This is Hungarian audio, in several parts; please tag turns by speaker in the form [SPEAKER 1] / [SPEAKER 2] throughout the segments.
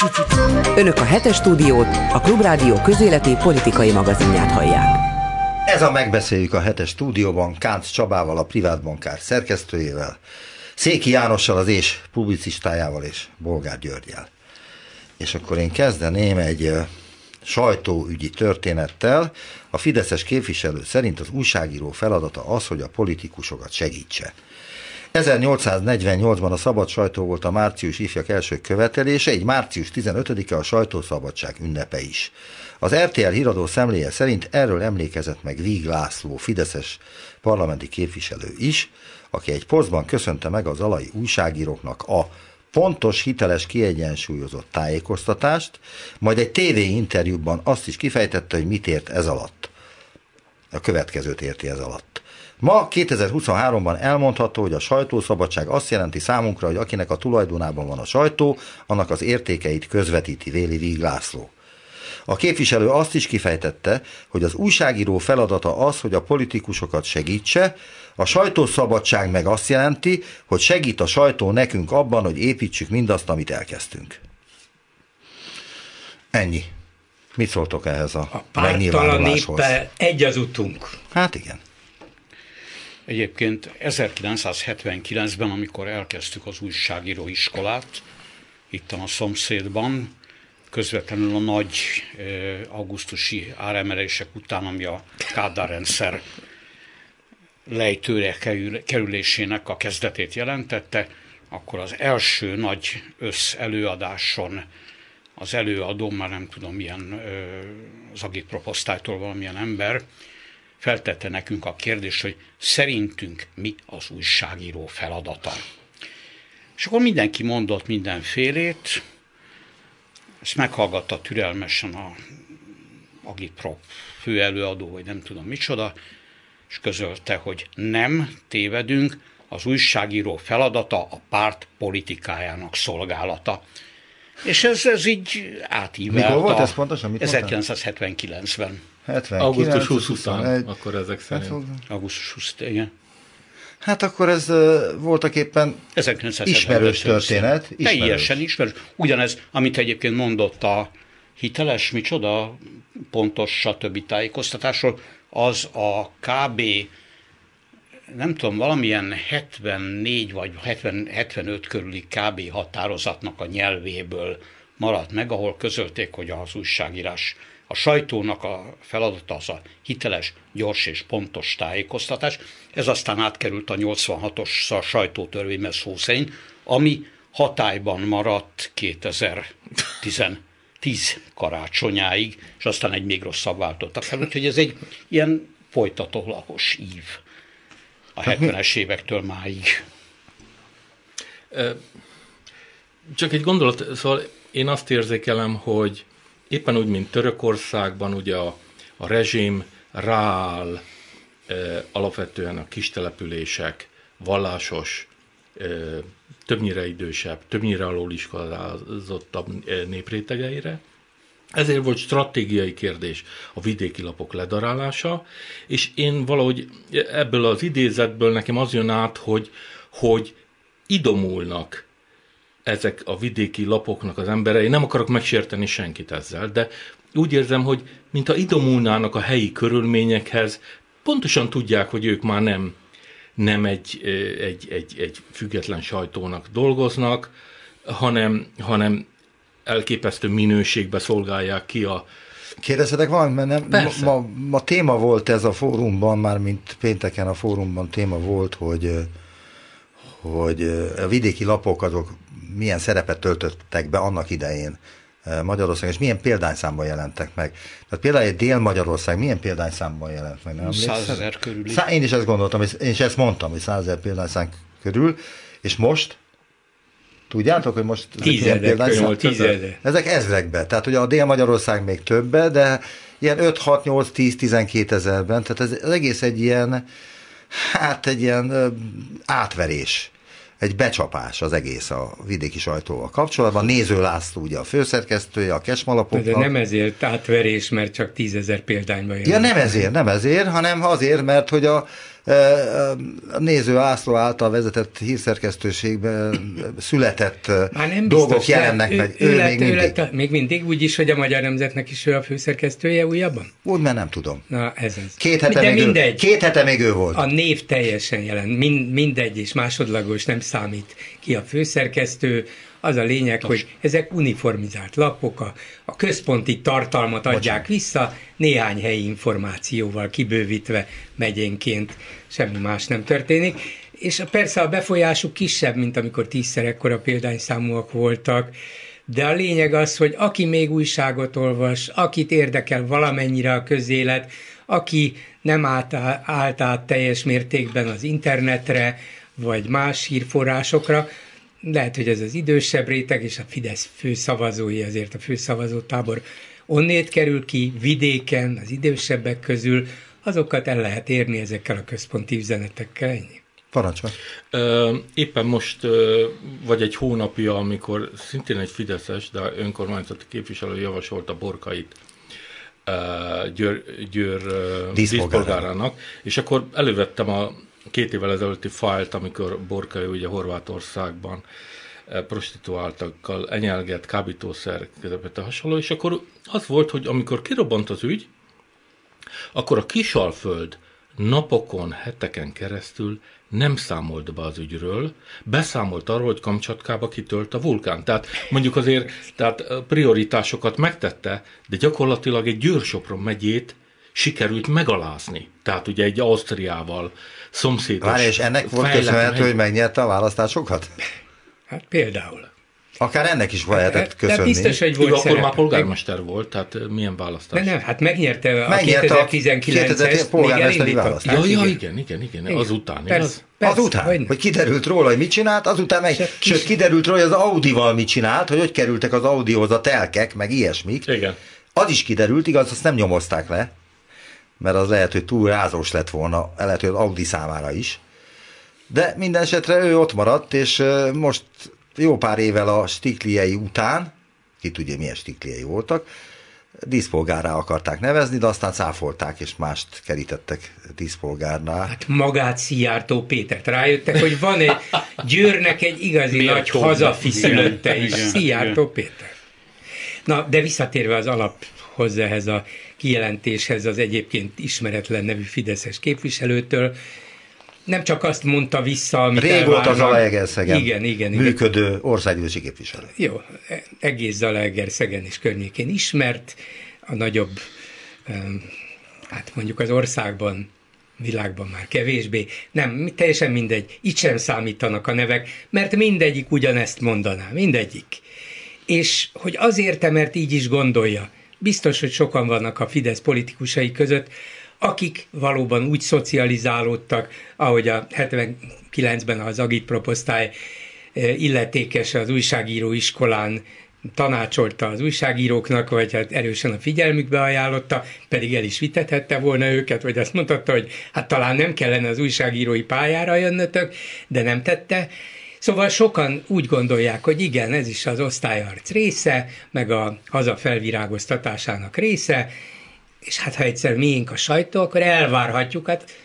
[SPEAKER 1] Önök a Hetes Stúdiót, a Klubrádió közéleti politikai magazinját hallják.
[SPEAKER 2] Ez a Megbeszéljük a Hetes Stúdióban Kánc Csabával, a Privát Bankár szerkesztőjével, Széki Jánossal, az ÉS publicistájával és Bolgár Györgyel. És akkor én kezdeném egy sajtóügyi történettel. A fideszes képviselő szerint az újságíró feladata az, hogy a politikusokat segítse. 1848-ban a szabad sajtó volt a március ifjak első követelése, így március 15-e a sajtószabadság ünnepe is. Az RTL híradó szemléje szerint erről emlékezett meg Víg László, fideszes parlamenti képviselő is, aki egy posztban köszönte meg az alai újságíróknak a pontos, hiteles, kiegyensúlyozott tájékoztatást, majd egy tévéinterjúban azt is kifejtette, hogy mit ért ez alatt. A következőt érti ez alatt. Ma 2023-ban elmondható, hogy a sajtószabadság azt jelenti számunkra, hogy akinek a tulajdonában van a sajtó, annak az értékeit közvetíti, véli Víg László. A képviselő azt is kifejtette, hogy az újságíró feladata az, hogy a politikusokat segítse, a sajtószabadság meg azt jelenti, hogy segít a sajtó nekünk abban, hogy építsük mindazt, amit elkezdtünk. Ennyi. Mit szóltok ehhez a megnyilvánuláshoz?
[SPEAKER 3] Éppen egy az utunk.
[SPEAKER 2] Hát igen.
[SPEAKER 4] Egyébként 1979-ben, amikor elkezdtük az újságíró iskolát, itt a szomszédban, közvetlenül a nagy augusztusi áremelések után, ami a Kádár rendszer lejtőre kerülésének a kezdetét jelentette, akkor az első nagy összelőadáson az előadó, már nem tudom milyen, az agitproposztálytól valamilyen ember, feltette nekünk a kérdést, hogy szerintünk mi az újságíró feladata. És akkor mindenki mondott mindenfélét, ezt meghallgatta türelmesen a agitprop főelőadó, vagy nem tudom micsoda, és közölte, hogy nem tévedünk, az újságíró feladata a párt politikájának szolgálata. És ez így átívelte.
[SPEAKER 2] Mikor volt ez pontosan?
[SPEAKER 4] 1979-ben.
[SPEAKER 3] Augusztus 20 után, akkor ezek szerint.
[SPEAKER 4] Augusztus 20, igen.
[SPEAKER 2] Hát akkor ez voltak éppen ismerős történet.
[SPEAKER 4] Teljesen ismerős. Ugyanez, amit egyébként mondott a hiteles, micsoda, pontos, stb. Tájékoztatásról, az a kb. Nem tudom, valamilyen 74 vagy 75 körüli kb. Határozatnak a nyelvéből maradt meg, ahol közölték, hogy az újságírás, a sajtónak a feladata az a hiteles, gyors és pontos tájékoztatás. Ez aztán átkerült a 86-os sajtótörvénybe szó szerint, ami hatályban maradt 2010 karácsonyáig, és aztán egy még rosszabb váltottak fel. Úgyhogy ez egy ilyen folytatólagos ív a 70-es évektől máig.
[SPEAKER 3] Csak egy gondolat, szóval én azt érzékelem, hogy éppen úgy, mint Törökországban, ugye a rezsim rááll alapvetően a kistelepülések vallásos, többnyire idősebb, többnyire alóliskolázottabb néprétegeire. Ezért volt stratégiai kérdés a vidéki lapok ledarálása, és én valahogy ebből az idézetből nekem az jön át, hogy idomulnak ezek a vidéki lapoknak az emberei. Nem akarok megsérteni senkit ezzel, de úgy érzem, hogy mintha idomulnának a helyi körülményekhez, pontosan tudják, hogy ők már nem egy független sajtónak dolgoznak, hanem elképesztő minőségbe szolgálják ki a...
[SPEAKER 2] Kérdezhetek valamit, mert nem, ma téma volt ez a fórumban, már mint pénteken a fórumban téma volt, hogy a vidéki lapok azok milyen szerepet töltöttek be annak idején Magyarországon, és milyen példányszámban jelentek meg. Tehát például egy Dél-Magyarország milyen példányszámban jelent meg?
[SPEAKER 4] 100 000 körül.
[SPEAKER 2] Én is ezt gondoltam, én is ezt mondtam, hogy 100 000 példányszám körül, és most? Tudjátok, hogy most
[SPEAKER 3] 10 000.
[SPEAKER 2] Ezek ezrekbe, tehát ugye a Dél-Magyarország még többe, de ilyen 5, 6, 8, 10, 12 ezerben, tehát ez az egész egy ilyen, egy ilyen átverés, egy becsapás az egész a vidéki sajtóval kapcsolatban. Néző László ugye a főszerkesztője a Kesmalapoknak.
[SPEAKER 3] De nem ezért átverés, mert csak 10 000 példányban jön.
[SPEAKER 2] Ja, nem ezért, hanem azért, mert hogy A Néző László által vezetett hírszerkesztőségben született dolgok jelennek meg.
[SPEAKER 5] Még mindig úgy is, hogy a Magyar Nemzetnek is ő a főszerkesztője újabban?
[SPEAKER 2] Úgy, mert nem tudom.
[SPEAKER 5] Na, ez.
[SPEAKER 2] Két hete még ő volt.
[SPEAKER 5] A név teljesen jelen, mindegy és másodlagos, nem számít ki a főszerkesztő. Az a lényeg, hogy ezek uniformizált lapok, a központi tartalmat adják vissza, néhány helyi információval kibővítve megyénként, semmi más nem történik. És persze a befolyásuk kisebb, mint amikor 10-szer ekkora példányszámúak voltak, de a lényeg az, hogy aki még újságot olvas, akit érdekel valamennyire a közélet, aki nem állt át teljes mértékben az internetre, vagy más hírforrásokra, lehet, hogy ez az idősebb réteg, és a Fidesz főszavazói, azért a főszavazótábor onnét kerül ki, vidéken, az idősebbek közül, azokat el lehet érni ezekkel a központi üzenetekkel, ennyi.
[SPEAKER 2] Parancsolj.
[SPEAKER 3] Éppen most, vagy egy hónapja, amikor szintén egy fideszes, de önkormányzati képviselő javasolta Borkait Győr díszpolgárának, és akkor elővettem a 2 évvel ezelőtti fájlt, amikor Borkai ugye Horvátországban prostituáltakkal enyelget, kábítószer közepette hasonló, és akkor az volt, hogy amikor kirobbant az ügy, akkor a Kisalföld napokon, heteken keresztül nem számolt be az ügyről, beszámolt arról, hogy Kamcsatkába kitölt a vulkán. Tehát mondjuk azért prioritásokat megtette, de gyakorlatilag egy Győr-Sopron megyét sikerült megalázni. Tehát ugye egy Ausztriával szomszédos...
[SPEAKER 2] Várj, és ennek volt köszönhető, hogy megnyerte a választásokat?
[SPEAKER 5] Hát például.
[SPEAKER 2] Akár ennek is lehetett köszönni.
[SPEAKER 5] De biztos, hogy volt
[SPEAKER 3] akkor már polgármester volt, tehát milyen választás?
[SPEAKER 5] De nem, hát megnyerte a 2019-es
[SPEAKER 2] polgármesteri választást.
[SPEAKER 3] Ja, igen, azután.
[SPEAKER 2] Azután, hogy kiderült róla, hogy mit csinált, azután sőt, kiderült róla, hogy az Audival mit csinált, hogy kerültek az Audihoz a telkek, meg ilyesmik.
[SPEAKER 3] Igen.
[SPEAKER 2] Az is kiderült, igaz, azt nem nyomozták le, mert az lehet, hogy túl rázós lett volna, lehet, hogy az Audi számára is. De minden esetre ő ott maradt, és most jó pár évvel a stikliei után, ki tudja, milyen stikliei voltak, díszpolgárrá akarták nevezni, de aztán cáfolták, és mást kerítettek díszpolgárnál.
[SPEAKER 5] Hát magát Szijjártó Pétert rájöttek, hogy van egy Győrnek egy igazi nagy hazafiszülötte is, Szijjártó Péter. Na, de visszatérve az alaphoz, ehhez a kijelentéshez az egyébként ismeretlen nevű fideszes képviselőtől, nem csak azt mondta vissza, amit
[SPEAKER 2] régóta Zalaegerszegen
[SPEAKER 5] igen.
[SPEAKER 2] működő országgyűlési képviselő.
[SPEAKER 5] Jó, egész Zalaegerszegen és környékén ismert, a nagyobb, hát mondjuk az országban, világban már kevésbé, nem, teljesen mindegy, itt sem számítanak a nevek, mert mindegyik ugyanezt mondaná, mindegyik. És hogy azért, mert így is gondolja, biztos, hogy sokan vannak a Fidesz politikusai között, akik valóban úgy szocializálódtak, ahogy a 79-ben az agitproposztály illetékes az újságíróiskolán tanácsolta az újságíróknak, vagy hát erősen a figyelmükbe ajánlotta, pedig el is vitethette volna őket, vagy azt mondhatta, hogy hát talán nem kellene az újságírói pályára jönnötök, de nem tette. Szóval sokan úgy gondolják, hogy igen, ez is az osztályarc része, meg a haza felvirágoztatásának része, és hát ha egyszer miénk a sajtó, akkor elvárhatjuk, hát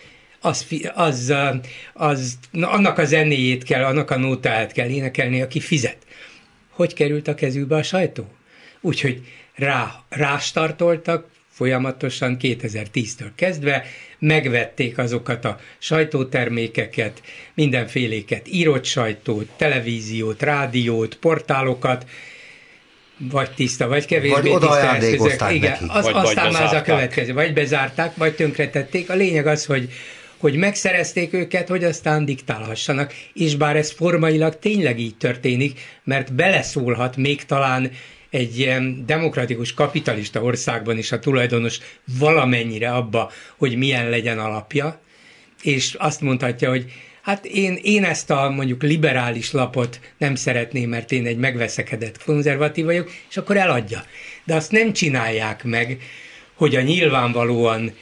[SPEAKER 5] annak a zenéjét kell, annak a nótáját kell énekelni, aki fizet. Hogy került a kezükbe a sajtó? Úgyhogy rástartoltak folyamatosan 2010-től kezdve, megvették azokat a sajtótermékeket, mindenféléket, írott sajtót, televíziót, rádiót, portálokat, vagy tiszta, vagy kevésbé tiszta eszközök. Igen, aztán már az a következő. Vagy bezárták, vagy tönkretették. A lényeg az, hogy megszerezték őket, hogy aztán diktálhassanak. És bár ez formailag tényleg így történik, mert beleszólhat még talán egy ilyen demokratikus kapitalista országban is a tulajdonos valamennyire abba, hogy milyen legyen alapja, és azt mondhatja, hogy hát én ezt a mondjuk liberális lapot nem szeretném, mert én egy megveszekedett konzervatív vagyok, és akkor eladja. De azt nem csinálják meg, hogy a nyilvánvalóan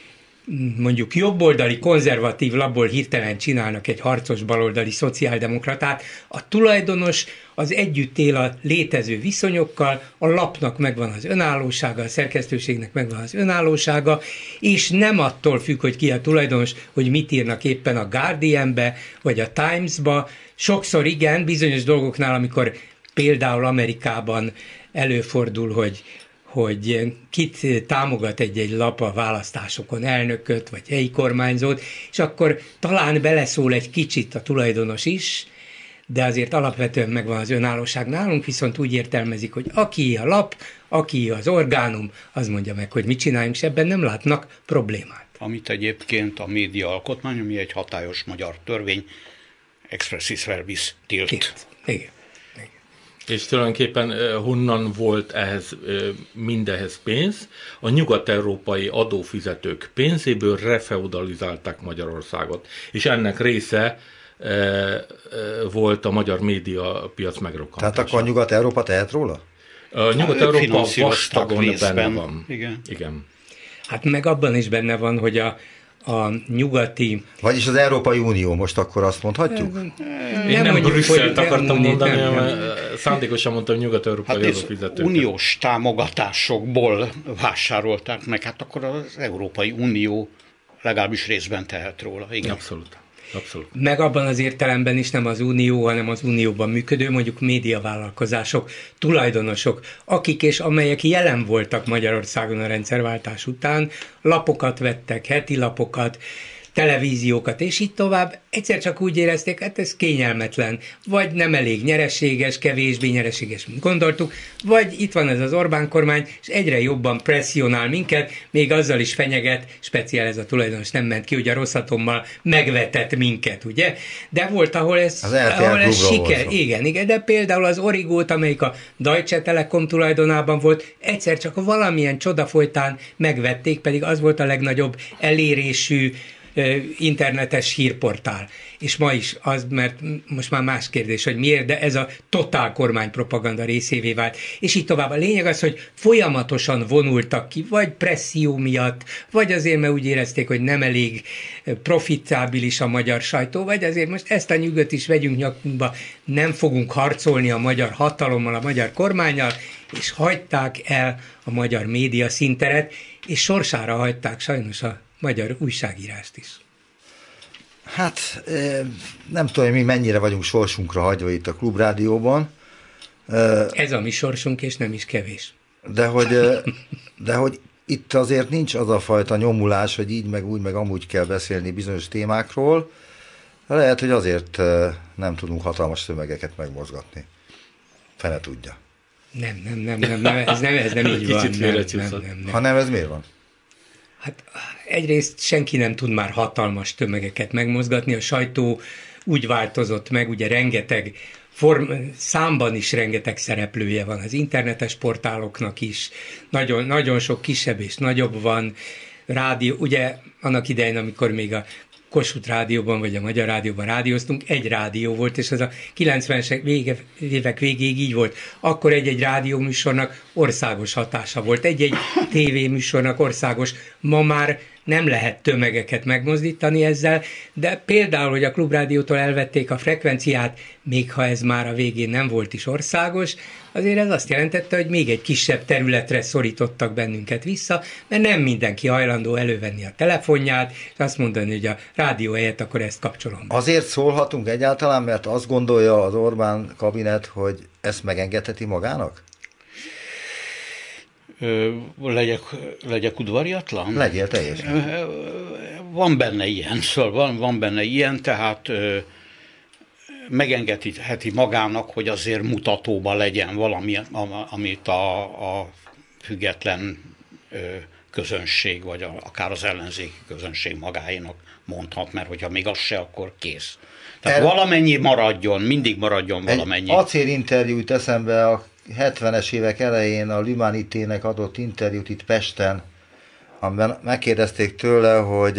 [SPEAKER 5] mondjuk jobboldali konzervatív labból hirtelen csinálnak egy harcos baloldali szociáldemokratát, a tulajdonos az együtt él a létező viszonyokkal, a lapnak megvan az önállósága, a szerkesztőségnek megvan az önállósága, és nem attól függ, hogy ki a tulajdonos, hogy mit írnak éppen a Guardianbe, vagy a Timesba. Sokszor igen, bizonyos dolgoknál, amikor például Amerikában előfordul, hogy kit támogat egy lap a választásokon, elnököt, vagy helyi kormányzót, és akkor talán beleszól egy kicsit a tulajdonos is, de azért alapvetően megvan az önállóság. Nálunk viszont úgy értelmezik, hogy aki a lap, aki az orgánum, az mondja meg, hogy mit csináljunk, és ebben nem látnak problémát.
[SPEAKER 4] Amit egyébként a média alkotmány, ami egy hatályos magyar törvény, expressis verbis tilt.
[SPEAKER 5] Igen.
[SPEAKER 3] És tulajdonképpen honnan volt mindehhez pénz? A nyugat-európai adófizetők pénzéből refeudalizálták Magyarországot, és ennek része volt a magyar médiapiac megrokkantása.
[SPEAKER 2] Tehát akkor a Nyugat-Európa tehet róla?
[SPEAKER 3] A Nyugat-Európa vastagon benne van.
[SPEAKER 4] Igen.
[SPEAKER 5] Hát meg abban is benne van, hogy a nyugati...
[SPEAKER 2] Vagyis az Európai Unió, most akkor azt mondhatjuk?
[SPEAKER 3] Én nem Brüsszelt akartam mondani, hanem szándékosan mondtam, hogy nyugat-európai adófizetőket.
[SPEAKER 4] Uniós támogatásokból vásárolták meg, hát akkor az Európai Unió legalábbis részben tehet róla. Igen.
[SPEAKER 3] Abszolút.
[SPEAKER 5] Meg abban az értelemben is nem az Unió, hanem az Unióban működő, mondjuk médiavállalkozások, tulajdonosok, akik és amelyek jelen voltak Magyarországon a rendszerváltás után, lapokat vettek, heti lapokat, televíziókat, és így tovább, egyszer csak úgy érezték, hát ez kényelmetlen, vagy nem elég nyereséges, kevésbé nyereséges, mint gondoltuk, vagy itt van ez az Orbán kormány, és egyre jobban presszionál minket, még azzal is fenyeget, speciál ez a tulajdonos nem ment ki, ugye a Rosszatommal megvetett minket, ugye? De volt, ahol ez siker. Igen, de például az Origót, amelyik a Deutsche Telekom tulajdonában volt, egyszer csak valamilyen csoda folytán megvették, pedig az volt a legnagyobb elérésű internetes hírportál. És ma is az, mert most már más kérdés, hogy miért, de ez a totál kormánypropaganda részévé vált. És így tovább. A lényeg az, hogy folyamatosan vonultak ki, vagy presszió miatt, vagy azért, mert úgy érezték, hogy nem elég profitábilis a magyar sajtó, vagy azért most ezt a nyugat is vegyünk nyakunkba, nem fogunk harcolni a magyar hatalommal, a magyar kormánnyal, és hagyták el a magyar média színteret, és sorsára hagyták sajnos a magyar újságírást is.
[SPEAKER 2] Hát nem tudom, mi mennyire vagyunk sorsunkra hagyva itt a Klubrádióban.
[SPEAKER 5] Ez a mi sorsunk, és nem is kevés.
[SPEAKER 2] De hogy itt azért nincs az a fajta nyomulás, hogy így, meg úgy, meg amúgy kell beszélni bizonyos témákról. Lehet, hogy azért nem tudunk hatalmas tömegeket megmozgatni. Fene tudja.
[SPEAKER 5] Nem, ez nem így van. Nem.
[SPEAKER 2] Ha nem, ez miért van?
[SPEAKER 5] Hát egyrészt senki nem tud már hatalmas tömegeket megmozgatni, a sajtó úgy változott meg, ugye rengeteg számban is rengeteg szereplője van az internetes portáloknak is, nagyon, nagyon sok kisebb és nagyobb van, rádió, ugye annak idején, amikor még a Kossuth Rádióban vagy a Magyar Rádióban rádióztunk, egy rádió volt, és az a 90-es évek végéig így volt. Akkor egy-egy rádióműsornak országos hatása volt, egy-egy tévéműsornak országos. Ma már nem lehet tömegeket megmozdítani ezzel, de például, hogy a Klubrádiótól elvették a frekvenciát, még ha ez már a végén nem volt is országos, azért ez azt jelentette, hogy még egy kisebb területre szorítottak bennünket vissza, mert nem mindenki hajlandó elővenni a telefonját, és azt mondani, hogy a rádió helyett akkor ezt kapcsolom.
[SPEAKER 2] Azért szólhatunk egyáltalán, mert azt gondolja az Orbán kabinet, hogy ezt megengedheti magának?
[SPEAKER 4] Legyek udvariatlan?
[SPEAKER 2] Legyél teljesen.
[SPEAKER 4] Van benne ilyen, szóval van benne ilyen, tehát megengedheti magának, hogy azért mutatóban legyen valami, amit a független közönség, vagy akár az ellenzéki közönség magáénak mondhat, mert hogyha még az se, akkor kész. Tehát valamennyi maradjon, mindig maradjon valamennyi.
[SPEAKER 2] Egy acélinterjú jut eszembe, a 70-es évek elején a L'Humanité-nek adott interjút itt Pesten, amiben megkérdezték tőle,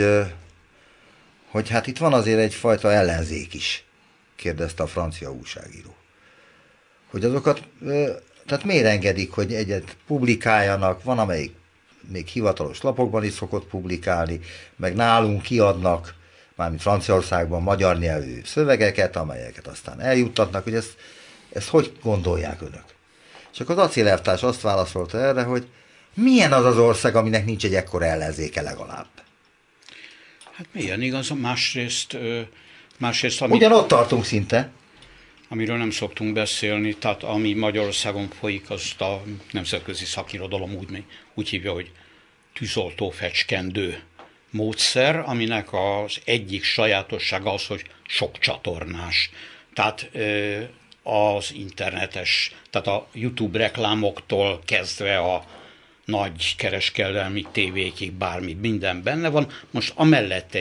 [SPEAKER 2] hogy hát itt van azért egyfajta ellenzék is, kérdezte a francia újságíró. Hogy azokat, tehát miért engedik, hogy egyet publikáljanak, van amelyik még hivatalos lapokban is szokott publikálni, meg nálunk kiadnak, mármint Franciaországban magyar nyelvű szövegeket, amelyeket aztán eljuttatnak, hogy ezt hogy gondolják önök? És akkor az acélelvtárs azt válaszolta erre, hogy milyen az az ország, aminek nincs egy ekkora ellenzéke legalább?
[SPEAKER 4] Hát milyen igaz, másrészt
[SPEAKER 2] ugyanott tartunk szinte.
[SPEAKER 4] Amiről nem szoktunk beszélni, tehát ami Magyarországon folyik, azt a nemzetközi szakirodalom úgy hívja, hogy tűzoltó-fecskendő módszer, aminek az egyik sajátossága az, hogy sok csatornás. Tehát az internetes, tehát a YouTube reklámoktól kezdve a nagy kereskedelmi tévékig bármi, minden benne van. Most amellett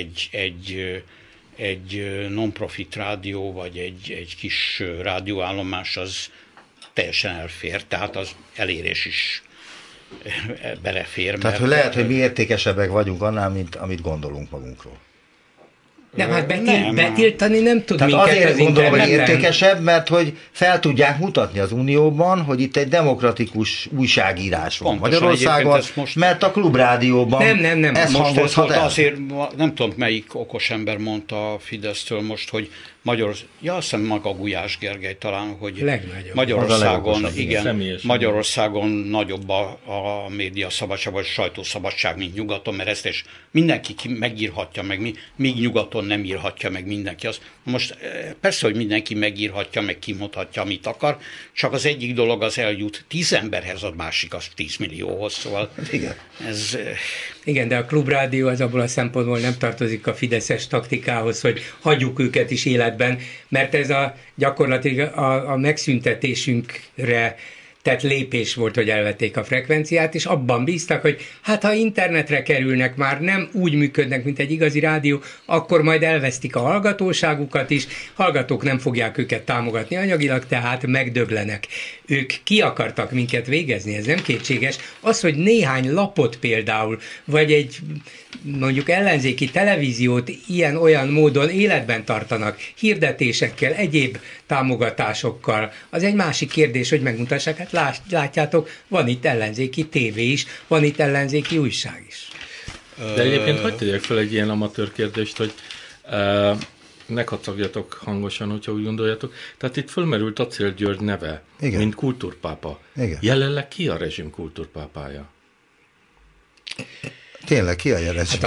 [SPEAKER 4] egy non-profit rádió, vagy egy kis rádióállomás az teljesen elfér, tehát az elérés is belefér.
[SPEAKER 2] Tehát hogy lehet, hogy mi értékesebbek vagyunk annál, mint amit gondolunk magunkról.
[SPEAKER 5] Nem, hát betiltani nem tud
[SPEAKER 2] tehát
[SPEAKER 5] minket
[SPEAKER 2] azért
[SPEAKER 5] az
[SPEAKER 2] gondolom, hogy
[SPEAKER 5] interneten.
[SPEAKER 2] értékesebb, mert hogy fel tudják mutatni az Unióban, hogy itt egy demokratikus újságírás van
[SPEAKER 4] Pontosan,
[SPEAKER 2] Magyarországon, mert a Klubrádióban
[SPEAKER 5] nem.
[SPEAKER 2] ez
[SPEAKER 4] most
[SPEAKER 2] hangozhat el.
[SPEAKER 4] Azért nem tudom, melyik okos ember mondta a Fidesztől most, hogy azt hiszem maga Gulyás Gergely talán, hogy
[SPEAKER 5] legnagyobb.
[SPEAKER 4] Magyarországon nagyobb a média szabadság, vagy sajtószabadság, mint nyugaton, mert ezt is mindenki megírhatja meg, míg nyugaton nem írhatja meg mindenki. Most persze, hogy mindenki megírhatja, meg kimondhatja, amit akar, csak az egyik dolog az eljut 10 emberhez, a másik az 10 millióhoz, szóval
[SPEAKER 2] Igen.
[SPEAKER 5] Igen, de a Klubrádió az abból a szempontból nem tartozik a fideszes taktikához, hogy hagyjuk őket is életben, mert ez gyakorlatilag a megszüntetésünkre tett lépés volt, hogy elvették a frekvenciát, és abban bíztak, hogy hát ha internetre kerülnek, már nem úgy működnek, mint egy igazi rádió, akkor majd elvesztik a hallgatóságukat is, hallgatók nem fogják őket támogatni anyagilag, tehát megdöglenek. Ők ki akartak minket végezni, ez nem kétséges. Az, hogy néhány lapot például, vagy egy mondjuk ellenzéki televíziót ilyen-olyan módon életben tartanak, hirdetésekkel, egyéb támogatásokkal, az egy másik kérdés, hogy megmutassák, hát látjátok, van itt ellenzéki tévé is, van itt ellenzéki újság is.
[SPEAKER 3] De egyébként hogy tegyek fel egy ilyen amatőr kérdést, hogy ne kacagjatok hangosan, hogyha úgy gondoljátok. Tehát itt fölmerült Acél György neve,
[SPEAKER 2] igen,
[SPEAKER 3] mint kultúrpápa.
[SPEAKER 2] Igen.
[SPEAKER 3] Jelenleg ki a rezsim kultúrpápája?
[SPEAKER 2] Tényleg, ki a jelenleg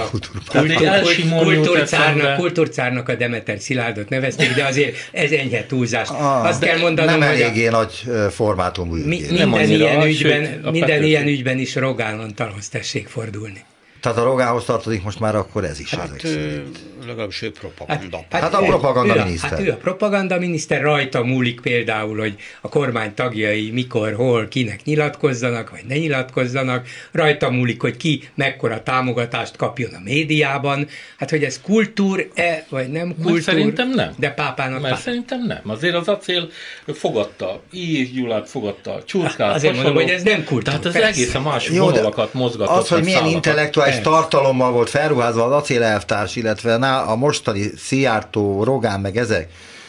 [SPEAKER 5] kultúrcárnak a Demeter Szilárdot nevezték, de azért ez enyhe túlzás. Azt kell mondanom,
[SPEAKER 2] nem
[SPEAKER 5] hogy
[SPEAKER 2] eléggé nagy formátumú
[SPEAKER 5] minden ilyen ügyben is Rogán Antalhoz tessék fordulni.
[SPEAKER 2] Tehát a Rogánhoz tartozik most már akkor ez is.
[SPEAKER 4] Hát legalábbis ő propaganda.
[SPEAKER 2] Hát a propagandaminiszter.
[SPEAKER 5] Hát ő a propagandaminiszter, rajta múlik például, hogy a kormány tagjai mikor, hol, kinek nyilatkozzanak, vagy ne nyilatkozzanak, rajta múlik, hogy ki mekkora támogatást kapjon a médiában. Hát, hogy ez kultúr-e, vagy nem kultúr?
[SPEAKER 3] Szerintem nem.
[SPEAKER 5] De pápának
[SPEAKER 3] Mert szerintem nem. Azért az Acél fogadta, Illyés Gyulát fogadta, Csurkát,
[SPEAKER 5] azért mondom, hogy ez nem kultúr.
[SPEAKER 3] Tehát ez egészen más vonalakat mozgatott.
[SPEAKER 2] Az, hogy milyen intellektuális tartalommal volt felruházva az acélelvtárs, illetve a mostani Szijjártó, Rogán, meg ezek,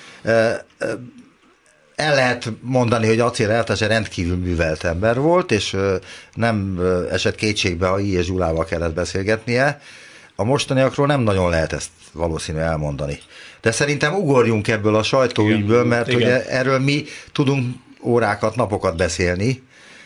[SPEAKER 2] el lehet mondani, hogy acélelvtárs rendkívül művelt ember volt, és nem esett kétségbe, ha Illyés Gyulával kellett beszélgetnie. A mostaniakról nem nagyon lehet ezt valószínű elmondani. De szerintem ugorjunk ebből a sajtóügyből, mert ugye erről mi tudunk órákat, napokat beszélni,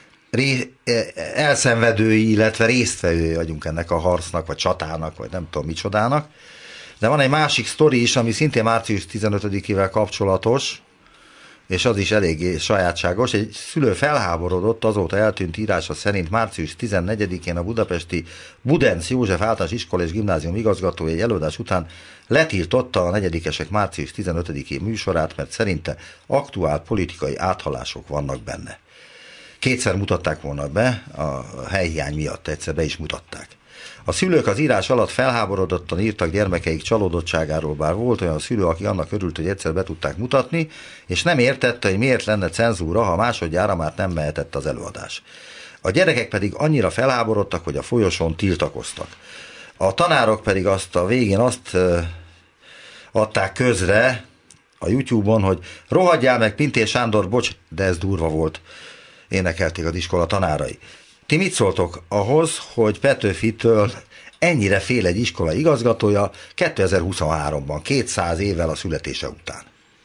[SPEAKER 2] elszenvedői, illetve résztvevői vagyunk ennek a harcnak, vagy csatának, vagy nem tudom micsodának. De van egy másik sztori is, ami szintén március 15-ével kapcsolatos, és az is eléggé sajátságos. Egy szülő felháborodott, azóta eltűnt írása szerint március 14-én a budapesti Budenc József Általános Iskola és Gimnázium igazgatója egy előadás után letiltotta a negyedikesek március 15-i műsorát, mert szerinte aktuál politikai áthalások vannak benne. Kétszer mutatták volna be, a helyhiány miatt egyszer be is mutatták. A szülők az írás alatt felháborodottan írtak gyermekeik csalódottságáról, bár volt olyan szülő, aki annak örült, hogy egyszer be tudták mutatni, és nem értette, hogy miért lenne cenzúra, ha másodjára már nem mehetett az előadás. A gyerekek pedig annyira felháborodtak, hogy a folyosón tiltakoztak. A tanárok pedig a végén azt adták közre a YouTube-on, hogy rohadjál meg, Pintér Sándor, bocs, de ez durva volt, énekelték az iskola tanárai. Ti mit szóltok ahhoz, hogy Petőfitől ennyire fél egy iskola igazgatója 2023-ban, 200 évvel a születése után?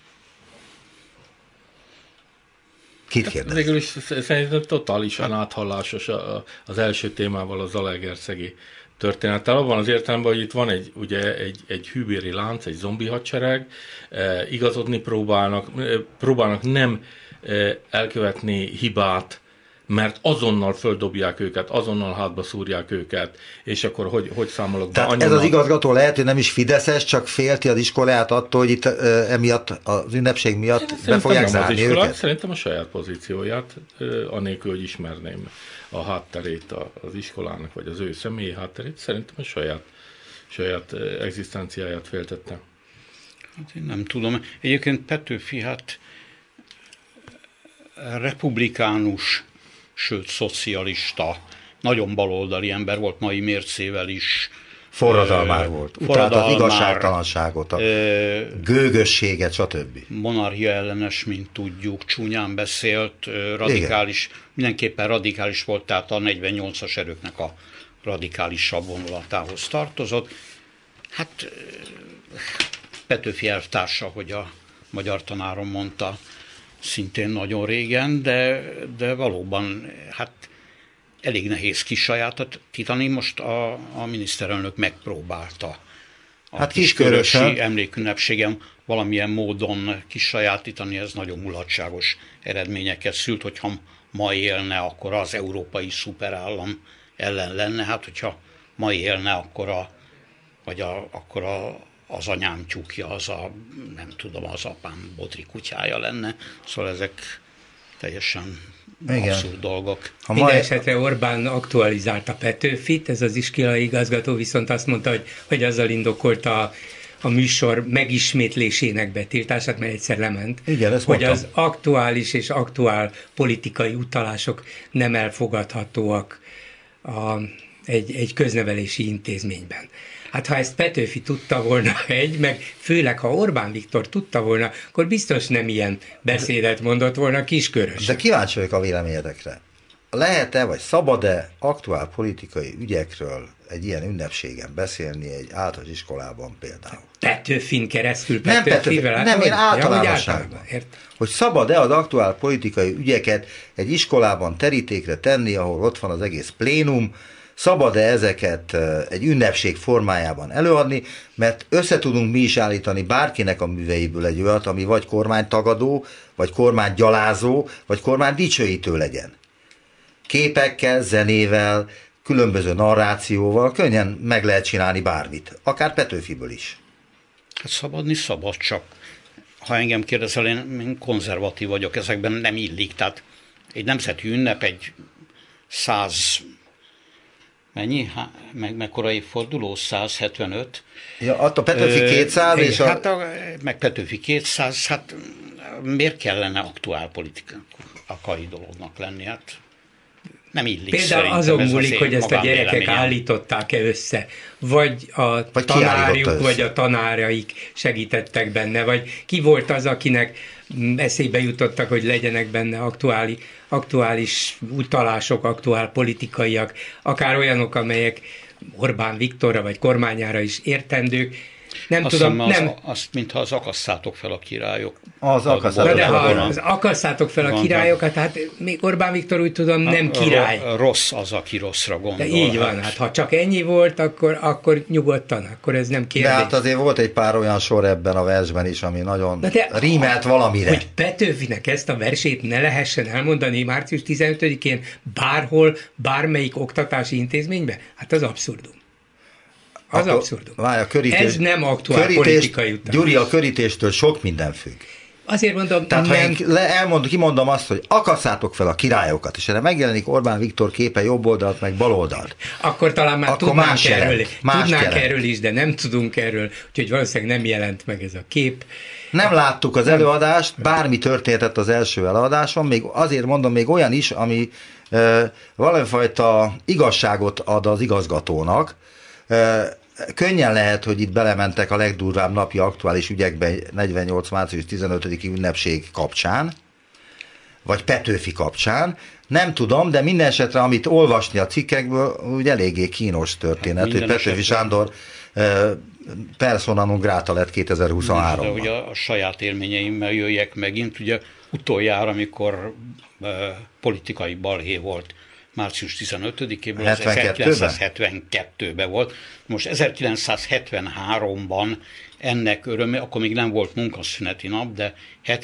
[SPEAKER 2] Kit kérdez?
[SPEAKER 3] Végül is szerintem totálisan áthallásos az első témával, az zalaegerszegi történettel. Abban az értelemben, hogy itt van egy hűbéri lánc, egy zombi hadsereg, igazodni próbálnak nem elkövetni hibát, mert azonnal földobják őket, azonnal hátba szúrják őket, és akkor hogy számolok be?
[SPEAKER 2] Tehát ez az igazgató lehet, hogy nem is fideszes, csak félti az iskolát attól, hogy itt emiatt, az ünnepség miatt be fogják zárni őket?
[SPEAKER 3] Szerintem a saját pozícióját, anélkül, hogy ismerném a hátterét az iskolának, vagy az ő személyi hátterét, szerintem a saját egzisztenciáját féltette.
[SPEAKER 4] Hát én nem tudom. Egyébként Petőfi republikánus, sőt szocialista, nagyon baloldali ember volt, mai mércével is.
[SPEAKER 2] Forradalmár volt. Utálta az igazságtalanságot, a gőgösséget, stb.
[SPEAKER 4] Monarchia ellenes, mint tudjuk, csúnyán beszélt, radikális, igen. Mindenképpen radikális volt, tehát a 48-as erőknek a radikálisabb vonulatához tartozott. Hát Petőfi elvtársa, hogy a magyar tanárom mondta, szintén nagyon régen, de valóban hát elég nehéz kisajátítani. Most a miniszterelnök megpróbálta a kiskörösi emlékünnepségen valamilyen módon kisajátítani, ez nagyon mulatságos eredményeket szült, hogyha ma élne, akkor az európai szuperállam ellen lenne, hát hogyha ma élne, akkor az anyám tyúkja, az apám bodri kutyája lenne. Szóval ezek teljesen abszurd dolgok.
[SPEAKER 5] Minden esetre Orbán aktualizálta Petőfit, ez az iskolai igazgató viszont azt mondta, hogy azzal indokolta a műsor megismétlésének betiltását, mert egyszer lement,
[SPEAKER 2] igen,
[SPEAKER 5] hogy mondtam. Az aktuális és aktuál politikai utalások nem elfogadhatóak egy köznevelési intézményben. Hát ha ezt Petőfi tudta volna meg főleg ha Orbán Viktor tudta volna, akkor biztos nem ilyen beszédet mondott volna Kiskörös.
[SPEAKER 2] De kíváncsi vagyok a véleményedekre. Lehet-e, vagy szabad-e aktuál politikai ügyekről egy ilyen ünnepségen beszélni egy általános iskolában például?
[SPEAKER 5] Petőfin keresztül,
[SPEAKER 2] Nem, én általánosságban. Hogy szabad-e az aktuál politikai ügyeket egy iskolában terítékre tenni, ahol ott van az egész plénum, szabad-e ezeket egy ünnepség formájában előadni, mert összetudunk mi is állítani bárkinek a műveiből egy olyat, ami vagy kormánytagadó, vagy kormánygyalázó, vagy kormánydicsőítő legyen. Képekkel, zenével, különböző narrációval könnyen meg lehet csinálni bármit, akár Petőfiből is.
[SPEAKER 4] Hát szabadni szabad, csak ha engem kérdezel, én konzervatív vagyok, ezekben nem illik. Tehát egy nemzeti ünnep, egy 100... Mennyi? Mekkora évforduló? 175?
[SPEAKER 2] Ja, a Petőfi 200 és
[SPEAKER 4] meg Petőfi 200, hát miért kellene aktuál politikai dolognak lenni? Hát nem illik.
[SPEAKER 5] Például azon múlik, hogy ezt a gyerekek állították-e össze, vagy a tanárjuk, vagy a tanáraik segítettek benne, vagy ki volt az, akinek eszébe jutottak, hogy legyenek benne aktuális utalások, aktuál politikaiak, akár olyanok, amelyek Orbán Viktorra vagy kormányára is értendők. Nem
[SPEAKER 4] azt
[SPEAKER 5] tudom,
[SPEAKER 4] azt, mintha az akasszátok fel a királyok.
[SPEAKER 5] Az akasszátok fel a királyokat, hát még Orbán Viktor úgy tudom nem király.
[SPEAKER 4] Rossz az, aki rosszra gondol.
[SPEAKER 5] De így van, hát ha csak ennyi volt, akkor nyugodtan, akkor ez nem kérdés.
[SPEAKER 2] De hát azért volt egy pár olyan sor ebben a versben is, ami nagyon rímelt valamire.
[SPEAKER 5] Hogy Petőfinek ezt a versét ne lehessen elmondani március 15-én bárhol, bármelyik oktatási intézményben? Hát az abszurdum. Az abszurdum. Ez nem aktuál politikai után.
[SPEAKER 2] Gyuri, a körítéstől sok minden függ.
[SPEAKER 5] Azért mondom,
[SPEAKER 2] tehát ha én kimondom azt, hogy akasszátok fel a királyokat, és erre megjelenik Orbán Viktor képe jobb oldalt, meg bal oldalt.
[SPEAKER 5] Akkor talán már tudnánk erről is, de nem tudunk erről, úgyhogy valószínűleg nem jelent meg ez a kép.
[SPEAKER 2] Nem láttuk az előadást, bármi történhetett az első előadáson, még azért mondom, még olyan is, ami valamifajta igazságot ad az igazgatónak. Könnyen lehet, hogy itt belementek a legdurvább napi aktuális ügyekbe 48. március 15. ünnepség kapcsán, vagy Petőfi kapcsán, Nem tudom, de minden esetre, amit olvasni a cikkekből, úgy eléggé kínos történet, hogy Petőfi Sándor persona non grata lett 2023-ban.
[SPEAKER 4] De ugye a saját élményeimmel jöjjek megint, ugye utoljára, amikor politikai balhé volt március 15-éből, az 1972-ben volt. Most 1973-ban ennek öröme, akkor még nem volt munkaszüneti nap, de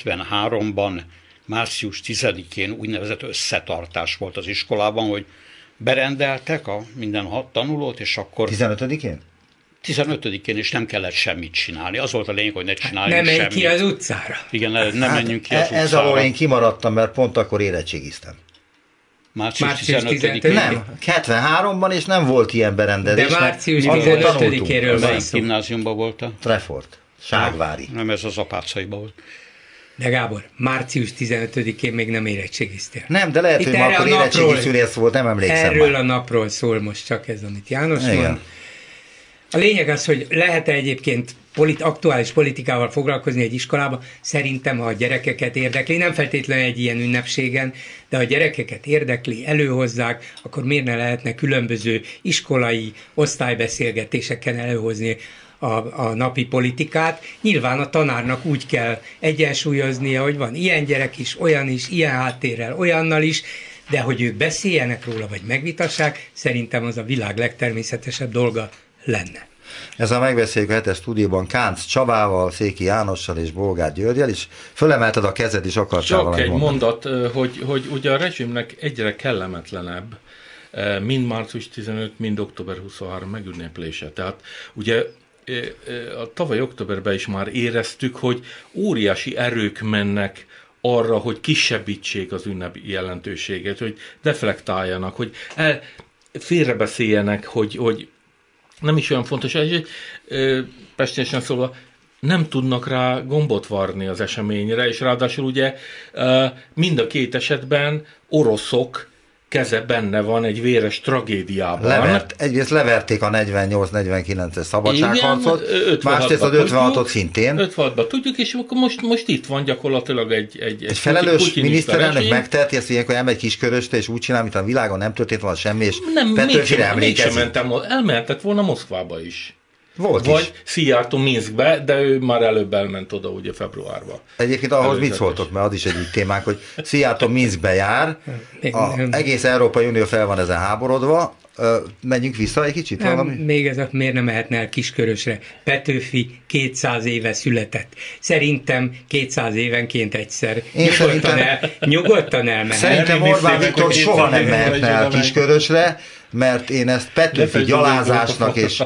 [SPEAKER 4] 73-ban március 10-én úgynevezett összetartás volt az iskolában, hogy berendeltek a minden 6 tanulót, és akkor...
[SPEAKER 2] 15-én?
[SPEAKER 4] 15-én, és nem kellett semmit csinálni. Az volt a lényeg, hogy ne csináljunk
[SPEAKER 5] semmit.
[SPEAKER 4] semmit.
[SPEAKER 5] Nem menj ki az utcára.
[SPEAKER 4] Igen, nem menjünk ki az utcára.
[SPEAKER 2] Ez alól én kimaradtam, mert pont akkor érettségiztem.
[SPEAKER 4] Március 15-én?
[SPEAKER 2] Nem, 73-ban, és nem volt ilyen berendezés.
[SPEAKER 5] De március 15-éről
[SPEAKER 4] melyik gimnáziumban voltál?
[SPEAKER 2] Trefort, Ságvári.
[SPEAKER 4] Nem, ez az Apácaiban volt.
[SPEAKER 5] De Gábor, március 15-én még nem érettségiztél.
[SPEAKER 2] Nem, de lehet,
[SPEAKER 5] itt
[SPEAKER 2] hogy akkor érettségi szülész volt, nem emlékszem
[SPEAKER 5] erről
[SPEAKER 2] már.
[SPEAKER 5] A napról szól most csak ez, amit János mond. A lényeg az, hogy lehet-e egyébként aktuális politikával foglalkozni egy iskolában, szerintem, ha a gyerekeket érdekli, nem feltétlenül egy ilyen ünnepségen, de ha a gyerekeket érdekli, előhozzák, akkor miért ne lehetne különböző iskolai osztálybeszélgetéseken előhozni a napi politikát. Nyilván a tanárnak úgy kell egyensúlyoznia, hogy van ilyen gyerek is, olyan is, ilyen háttérrel, olyannal is, de hogy ők beszéljenek róla, vagy megvitassák, szerintem az a világ legtermészetesebb dolga lenne.
[SPEAKER 2] Ezzel megbeszéljük a 7-es stúdióban Kánc Csabával, Széki Jánossal és Bolgár Györgyel is. Fölemelted a kezed, és akartál
[SPEAKER 3] valami
[SPEAKER 2] mondani.
[SPEAKER 3] Mondat, hogy ugye a rezsimnek egyre kellemetlenebb mind március 15, mind október 23 megünneplése. Tehát ugye a tavaly októberben is már éreztük, hogy óriási erők mennek arra, hogy kisebbítsék az ünnep jelentőséget, hogy deflektáljanak, hogy félrebeszéljenek, hogy nem is olyan fontos, hogy pestésen szólva nem tudnak rá gombot varni az eseményre, és ráadásul ugye mind a két esetben oroszok keze benne van egy véres tragédiában.
[SPEAKER 2] Egyrészt leverték a 48-49-es szabadságharcot, másrészt az 56-ot szintén.
[SPEAKER 3] 56-ban tudjuk, és akkor most itt van gyakorlatilag egy
[SPEAKER 2] felelős miniszterelnök megteheti ezt ilyenkor, elmegy Kiskörösre, és úgy csinál, mint a világon nem történt volna semmi, és Petőfire emlékezik.
[SPEAKER 3] Elmehetett volna Moszkvába is.
[SPEAKER 2] Volt
[SPEAKER 3] vagy
[SPEAKER 2] is.
[SPEAKER 3] Szijjártó Minszkbe, de ő már előbb elment oda ugye februárban.
[SPEAKER 2] Egyébként ahhoz mit szóltok, mert az is egy témánk, hogy Szijjártó Minszkbe jár, egész Európai Unió fel van ezen háborodva, menjünk vissza egy kicsit?
[SPEAKER 5] Nem, még ez miért nem mehetne el Kiskörösre? Petőfi 200 éve született. Szerintem 200 évenként egyszer nyugodtan elmehet.
[SPEAKER 2] Szerintem Orbán Viktor soha nem mehetne el Kiskörösre, mert én ezt Petőfi gyalázásnak és...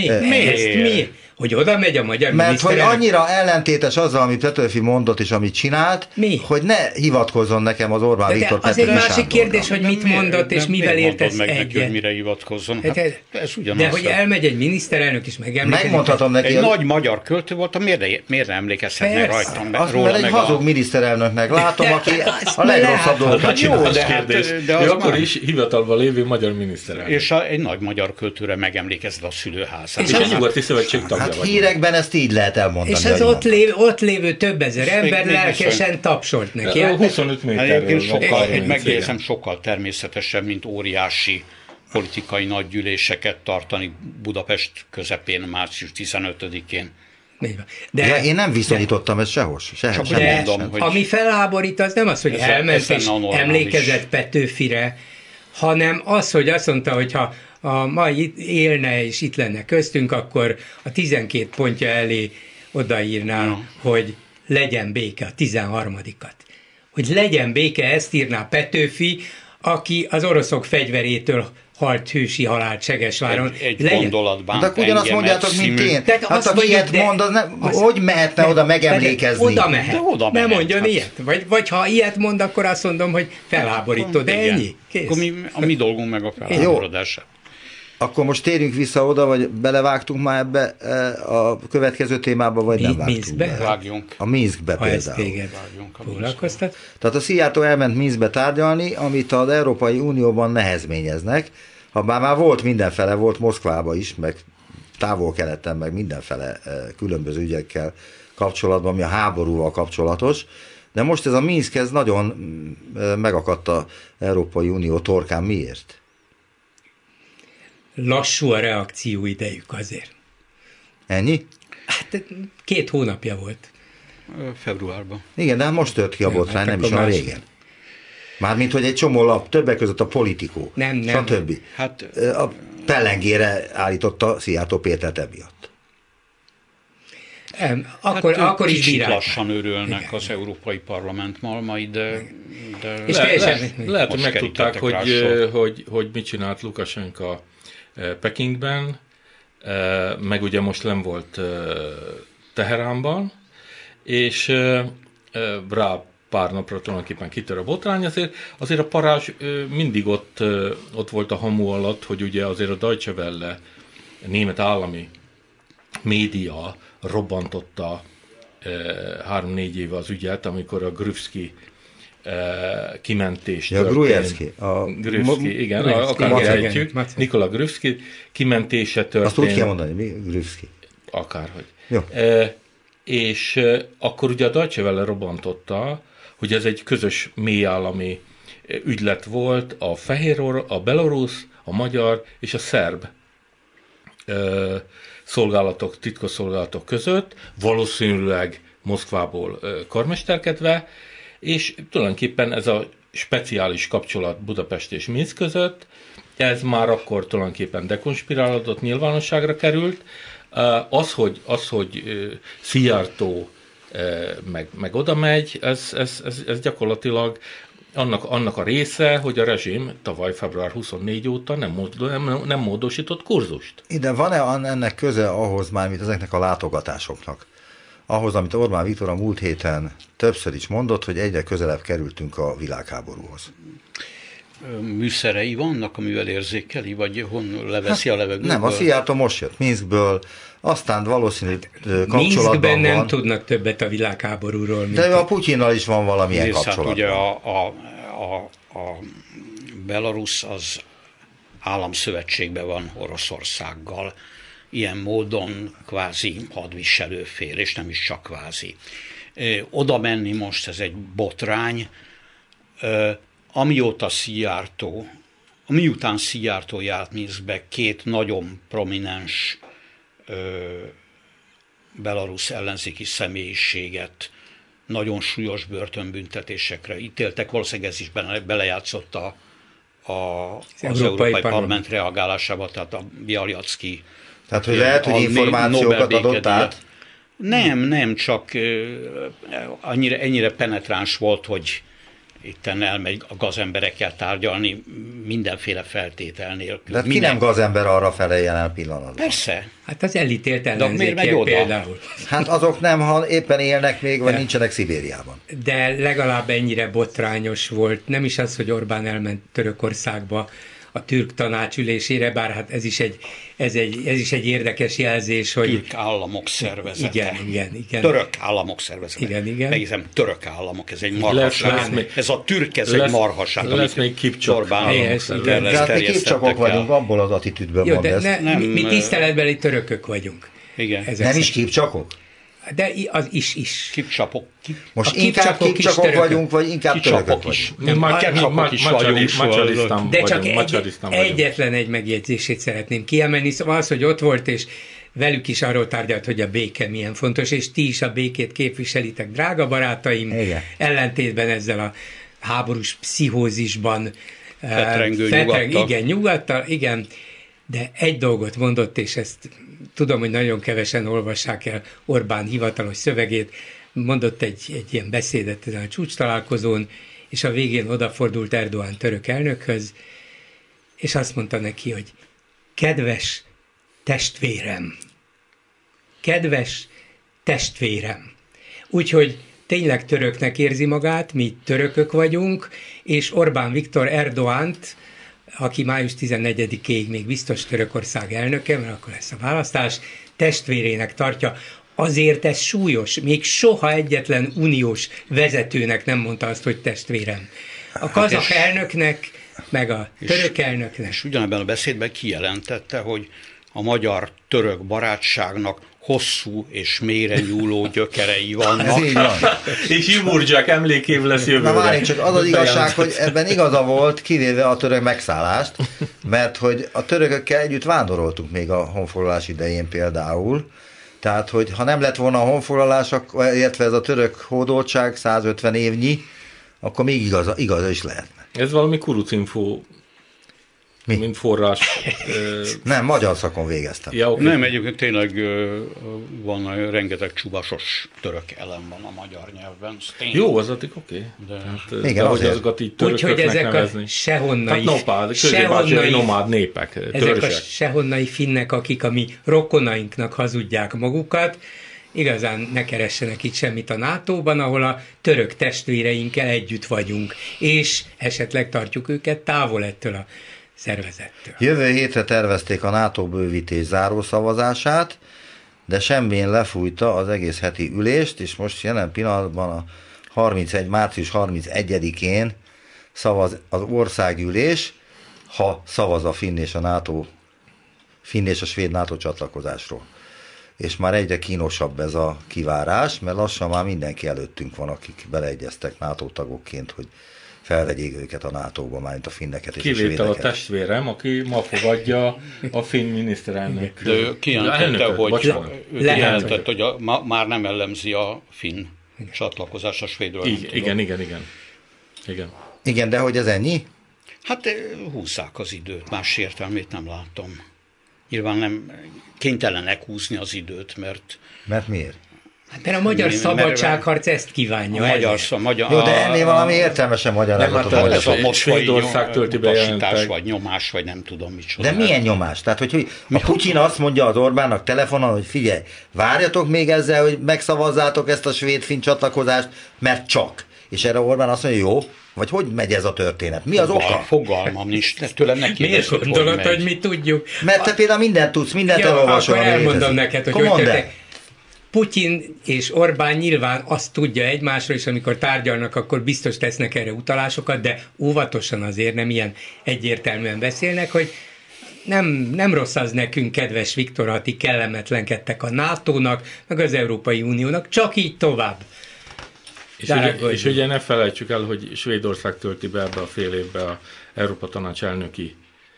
[SPEAKER 5] Miért? Hogy oda megy a magyar miniszterelnök?
[SPEAKER 2] Mert hogy annyira ellentétes azzal, amit Petőfi mondott és amit csinált, hogy ne hivatkozzon nekem az Orbán Viktor Petőfi
[SPEAKER 5] Sándorra. Az egy másik kérdés, hogy mit mondott és mivel értesz
[SPEAKER 4] meg
[SPEAKER 5] egyet.
[SPEAKER 4] neki, hogy mire hivatkozzon. Ez ugyanaz.
[SPEAKER 5] De hogy elmegy egy miniszterelnök is megemlékezik.
[SPEAKER 2] Megmondhatom neki.
[SPEAKER 4] Egy nagy magyar költő volt, miért nem emlékezhetne rajtam be?
[SPEAKER 2] Mert egy hazug miniszterelnöknek látom, aki a legrosszabb dolgokat csinál.
[SPEAKER 3] De akkor is hivatalban lévő magyar miniszterelnök.
[SPEAKER 4] És egy nagy magyar költőre megemlékezett a szülőházán.
[SPEAKER 3] És a Nyugati Szövetség tagja.
[SPEAKER 2] Hát hírekben ezt így lehet elmondani.
[SPEAKER 5] És az ott lévő több ezer ember lelkesen tapsolt neki.
[SPEAKER 3] 25 méterről.
[SPEAKER 4] Megjegyzem, sokkal természetesebb, mint óriási politikai nagygyűléseket tartani Budapest közepén március 15-én.
[SPEAKER 2] De én nem viszonyítottam ezt sehol.
[SPEAKER 5] Ami felháborít, az nem az, hogy elment és emlékezett Petőfire, hanem az, hogy azt mondta, hogy ha ma itt élne és itt lenne köztünk, akkor a 12 pontja elé odaírná, hogy legyen béke, a 13-at. Hogy legyen béke, ezt írná Petőfi, aki az oroszok fegyverétől halt hősi halált Segesváron.
[SPEAKER 4] Egy gondolatban.
[SPEAKER 2] De ugyanazt mondjátok, mint én. Hát aki ilyet mond, hogy mehetne oda megemlékezni?
[SPEAKER 5] Oda mehet. Nem mondjon ilyet. Vagy ha ilyet mond, akkor azt mondom, hogy felháborító, de ennyi.
[SPEAKER 4] Akkor a mi dolgunk meg a felháborodása.
[SPEAKER 2] Akkor most térjünk vissza oda, vagy belevágtunk már ebbe a következő témába, vagy nem vágtunk be?
[SPEAKER 4] Vágjunk.
[SPEAKER 2] A Minszkbe például.
[SPEAKER 5] Ha ezt téged foglalkoztat.
[SPEAKER 2] Tehát a Szijjártó elment Minszkbe tárgyalni, amit az Európai Unióban nehezményeznek, habár már volt mindenfele, volt Moszkvában is, meg Távol-Keleten, meg mindenfele különböző ügyekkel kapcsolatban, ami a háborúval kapcsolatos, De most ez a Minszk, ez nagyon megakadt az Európai Unió torkán. Miért?
[SPEAKER 5] Lassú a reakció idejük azért.
[SPEAKER 2] Ennyi?
[SPEAKER 5] Hát 2 hónapja volt.
[SPEAKER 4] Februárban.
[SPEAKER 2] Igen, de hát most tört ki a botrány,
[SPEAKER 5] hát
[SPEAKER 2] nem is
[SPEAKER 5] akkor
[SPEAKER 2] olyan
[SPEAKER 5] más.
[SPEAKER 2] régen. Mármint, hogy egy csomó lap, többek között a Politikó,
[SPEAKER 5] Nem.
[SPEAKER 2] stb.
[SPEAKER 4] Hát
[SPEAKER 2] A pellengére állította Szijjártó Pétert emiatt.
[SPEAKER 5] Akkor is
[SPEAKER 4] kicsit
[SPEAKER 5] bírálták.
[SPEAKER 4] lassan örülnek az Európai Parlament malmai, de
[SPEAKER 5] És teljesen...
[SPEAKER 3] Lehet, hogy
[SPEAKER 4] most
[SPEAKER 3] megtudták,
[SPEAKER 4] kerítettek rá
[SPEAKER 3] hogy mit csinált Lukasenka Pekingben, meg ugye most nem volt Teheránban, és rá pár napra tulajdonképpen kitör a botrány, azért a parázs mindig ott volt a hamu alatt, hogy ugye azért a Deutsche Welle, német állami média robbantotta 3-4 éve az ügyet, amikor a Gruevski kimentés
[SPEAKER 2] Ja, Gruevski.
[SPEAKER 3] Gruevski, igen, akár ejtjük. Nikola Gruevski kimentése történt.
[SPEAKER 2] Azt úgy kell mondani, mi Gruevski?
[SPEAKER 3] Akárhogy.
[SPEAKER 2] Jó.
[SPEAKER 3] És akkor ugye a Deutsche Welle robbantotta, hogy ez egy közös mélyállami ügylet volt a a belorusz, a magyar és a szerb szolgálatok, titkosszolgálatok között, valószínűleg Moszkvából karmesterkedve, és tulajdonképpen ez a speciális kapcsolat Budapest és Minszk között, ez már akkor tulajdonképpen dekonspirálódott, nyilvánosságra került. Az, hogy Szijjártó meg oda megy, ez gyakorlatilag annak a része, hogy a rezsim tavaly február 24 óta nem módosított kurzust.
[SPEAKER 2] De van-e ennek köze ahhoz már, mint ezeknek a látogatásoknak? Ahhoz, amit Orbán Viktor a múlt héten többször is mondott, hogy egyre közelebb kerültünk a világháborúhoz.
[SPEAKER 4] Műszerei vannak, amivel érzékeli, vagy leveszi a levegőből?
[SPEAKER 2] Nem, a Szijjártó most jött Minszkből, aztán valószínű kapcsolatban
[SPEAKER 5] Minszkben nem
[SPEAKER 2] van.
[SPEAKER 5] tudnak többet a világháborúról.
[SPEAKER 2] De a Putyinnal is van valamilyen kapcsolatban.
[SPEAKER 4] Hát ugye a Belarus az államszövetségben van Oroszországgal, ilyen módon kvázi hadviselőfél, és nem is csak kvázi. Oda menni most, ez egy botrány, miután Szijjártó járt Minszkbe, 2 nagyon prominens belarusz ellenzéki személyiséget nagyon súlyos börtönbüntetésekre ítéltek. Valószínűleg ez is belejátszott az Európai Parlament reagálásába, tehát a Bialyacki.
[SPEAKER 2] Tehát, hogy lehet, hogy információkat adott át?
[SPEAKER 4] Nem, csak ennyire penetráns volt, hogy itten elmegy a gazemberekkel tárgyalni mindenféle feltétel nélkül.
[SPEAKER 2] De ki nem gazember arra fele jelen pillanatban?
[SPEAKER 4] Persze.
[SPEAKER 5] Hát az elítélt
[SPEAKER 4] ellenzékiek
[SPEAKER 5] például.
[SPEAKER 2] Hát azok nem, ha éppen élnek még, vagy nincsenek Szibériában.
[SPEAKER 5] De legalább ennyire botrányos volt. Nem is az, hogy Orbán elment Törökországba a türk tanácsülésére, bár hát ez is egy érdekes jelzés, hogy...
[SPEAKER 4] Türk államok szervezete.
[SPEAKER 5] Igen.
[SPEAKER 4] Török államok szervezete.
[SPEAKER 5] Igen.
[SPEAKER 4] Megízem, török államok, ez egy marhaság. Ez a türk, ez egy marhaság.
[SPEAKER 3] Lesz még Kipcsok.
[SPEAKER 2] De hát mi Kipcsokok vagyunk, abból az attitűdből
[SPEAKER 5] mond
[SPEAKER 2] ez.
[SPEAKER 5] Mi tiszteletbeli törökök vagyunk.
[SPEAKER 4] Igen.
[SPEAKER 2] Nem is Kipcsokok?
[SPEAKER 5] De az is.
[SPEAKER 4] Kipcsapok.
[SPEAKER 2] Most inkább Kipcsakok vagyunk, vagy inkább törökök vagyunk?
[SPEAKER 4] Kipcsakok is vagyunk.
[SPEAKER 5] De csak egyetlen egy megjegyzését szeretném kiemelni, szóval az, hogy ott volt, és velük is arról tárgyalt, hogy a béke milyen fontos, és ti is a békét képviselitek, drága barátaim,
[SPEAKER 2] igen.
[SPEAKER 5] Ellentétben ezzel a háborús pszichózisban
[SPEAKER 4] fetrengő
[SPEAKER 5] nyugattal, igen, de egy dolgot mondott, és ezt tudom, hogy nagyon kevesen olvassák el Orbán hivatalos szövegét, mondott egy ilyen beszédet ezen a csúcstalálkozón, és a végén odafordult Erdoğan török elnökhöz, és azt mondta neki, hogy kedves testvérem. Úgyhogy tényleg töröknek érzi magát, mi törökök vagyunk, és Orbán Viktor Erdoğant, aki május 14-ig még biztos Törökország elnöke, mert akkor lesz a választás, testvérének tartja. Azért ez súlyos, még soha egyetlen uniós vezetőnek nem mondta azt, hogy testvérem. A kazak elnöknek, meg a török elnöknek.
[SPEAKER 4] És ugyanebben a beszédben kijelentette, hogy a magyar-török barátságnak hosszú és mélyre nyúló gyökerei vannak.
[SPEAKER 2] Ez így van.
[SPEAKER 3] És Imurdzsák emlékév lesz jövőre.
[SPEAKER 2] Na várj, csak az igazság, hogy ebben igaza volt, kivéve a török megszállást, mert hogy a törökökkel együtt vándoroltunk még a honfoglalás idején például, tehát, hogy ha nem lett volna a honfoglalás, illetve ez a török hódoltság 150 évnyi, akkor még igaza is lehetne.
[SPEAKER 3] Ez valami kurucinfo, mint forrás.
[SPEAKER 2] Nem, magyar szakon végeztem.
[SPEAKER 3] Ja, okay.
[SPEAKER 4] Nem, egyébként tényleg van rengeteg csubasos török elem van a magyar nyelvben.
[SPEAKER 3] Jó, az addig oké.
[SPEAKER 2] Igen,
[SPEAKER 3] de hogy azokat így törököknek
[SPEAKER 5] ezek
[SPEAKER 3] nevezni.
[SPEAKER 5] a sehonnai,
[SPEAKER 3] nomád népek,
[SPEAKER 5] ezek
[SPEAKER 3] törzsek.
[SPEAKER 5] a sehonnai finnek, akik a mi rokonainknak hazudják magukat, igazán ne keressenek itt semmit a NATO-ban, ahol a török testvéreinkkel együtt vagyunk, és esetleg tartjuk őket távol ettől a szervezettől.
[SPEAKER 2] Jövő hétre tervezték a NATO bővítés zárószavazását, de semmilyen lefújta az egész heti ülést, és most jelen pillanatban a március 31-én szavaz az országgyűlés, ha szavaz a finn és a svéd NATO csatlakozásról. És már egyre kínosabb ez a kivárás, mert lassan már mindenki előttünk van, akik beleegyeztek NATO tagokként, hogy felvegyék őket a NATO-ba, mármint a finneket és a svédeket.
[SPEAKER 3] Kivétel a testvérem, aki ma fogadja a finn miniszterelnök.
[SPEAKER 4] De ő kijelentette, hogy már nem ellenzi a finn csatlakozás a svédről.
[SPEAKER 2] Igen, de hogy ez ennyi?
[SPEAKER 4] Hát húzzák az időt, más értelmét nem látom. Nyilván nem kénytelenek húzni az időt, mert...
[SPEAKER 2] Mert miért?
[SPEAKER 5] Mert a magyar szabadságharc ezt kívánja.
[SPEAKER 2] Jó, de ennél valami értelmesen magyarázatot.
[SPEAKER 4] Nem, ez a
[SPEAKER 3] Svédország tölti be
[SPEAKER 4] vagy nyomás, vagy nem tudom micsoda.
[SPEAKER 2] De milyen nyomás? Tehát, hogy a Putyin azt mondja az Orbánnak telefonon, hogy figyelj, várjatok még ezzel, hogy megszavazzátok ezt a svéd-finn csatlakozást, mert csak. És erre Orbán azt mondja, jó, vagy hogy megy ez a történet? Mi az oka?
[SPEAKER 4] Fogalmam nincs, tőlem neki.
[SPEAKER 5] Miért gondolod, hogy mi tudjuk?
[SPEAKER 2] Mert te például mindent tudsz, mindent elolvasol.
[SPEAKER 5] Akkor elmondom neked, hogy Putyin és Orbán nyilván azt tudja egymásról, és amikor tárgyalnak, akkor biztos tesznek erre utalásokat, de óvatosan azért nem ilyen egyértelműen beszélnek, hogy nem rossz az nekünk, kedves Viktor, ha ti kellemetlenkedtek a NATO-nak, meg az Európai Uniónak, csak így tovább.
[SPEAKER 3] És ugye ne felejtsük el, hogy Svédország tölti be ebbe a fél évbe az Európa Tanács elnöki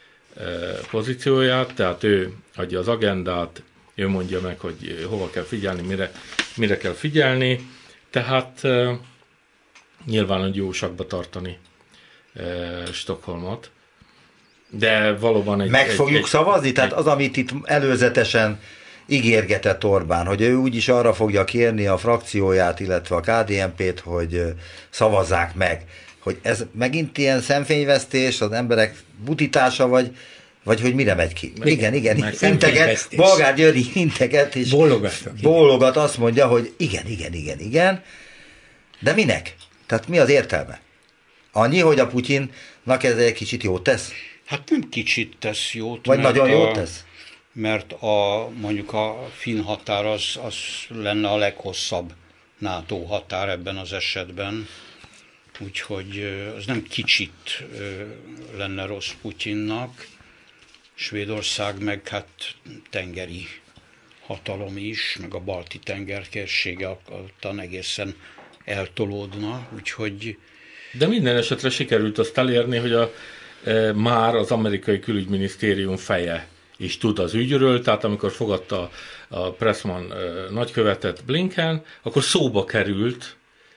[SPEAKER 3] pozícióját, tehát ő adja az agendát, ő mondja meg, hogy hova kell figyelni, mire kell figyelni, tehát nyilván, hogy jó sakba tartani Stockholmot, de valóban
[SPEAKER 2] meg fogjuk szavazni? Tehát az, amit itt előzetesen ígérgetett Orbán, hogy ő úgyis arra fogja kérni a frakcióját, illetve a KDNP-t, hogy szavazzák meg. Hogy ez megint ilyen szemfényvesztés, az emberek butítása, vagy hogy mire megy ki? Igen. Integet, Bolgár György integet, és bólogat, azt mondja, hogy igen. De minek? Tehát mi az értelme? Annyi, hogy a Putyinnak ez egy kicsit jót tesz?
[SPEAKER 4] Hát nem kicsit tesz jót.
[SPEAKER 2] Vagy nagyon jót tesz?
[SPEAKER 4] Mert mondjuk a finn határ az lenne a leghosszabb NATO határ ebben az esetben. Úgyhogy az nem kicsit lenne rossz Putyinnak. Svédország meg hát tengeri hatalom is, meg a balti tengertérsége ottan egészen eltolódna, úgyhogy... De
[SPEAKER 3] minden esetre sikerült azt elérni, hogy már az amerikai külügyminisztérium feje is tud az ügyről, tehát amikor fogadta a Pressman nagykövetet Blinken, akkor szóba került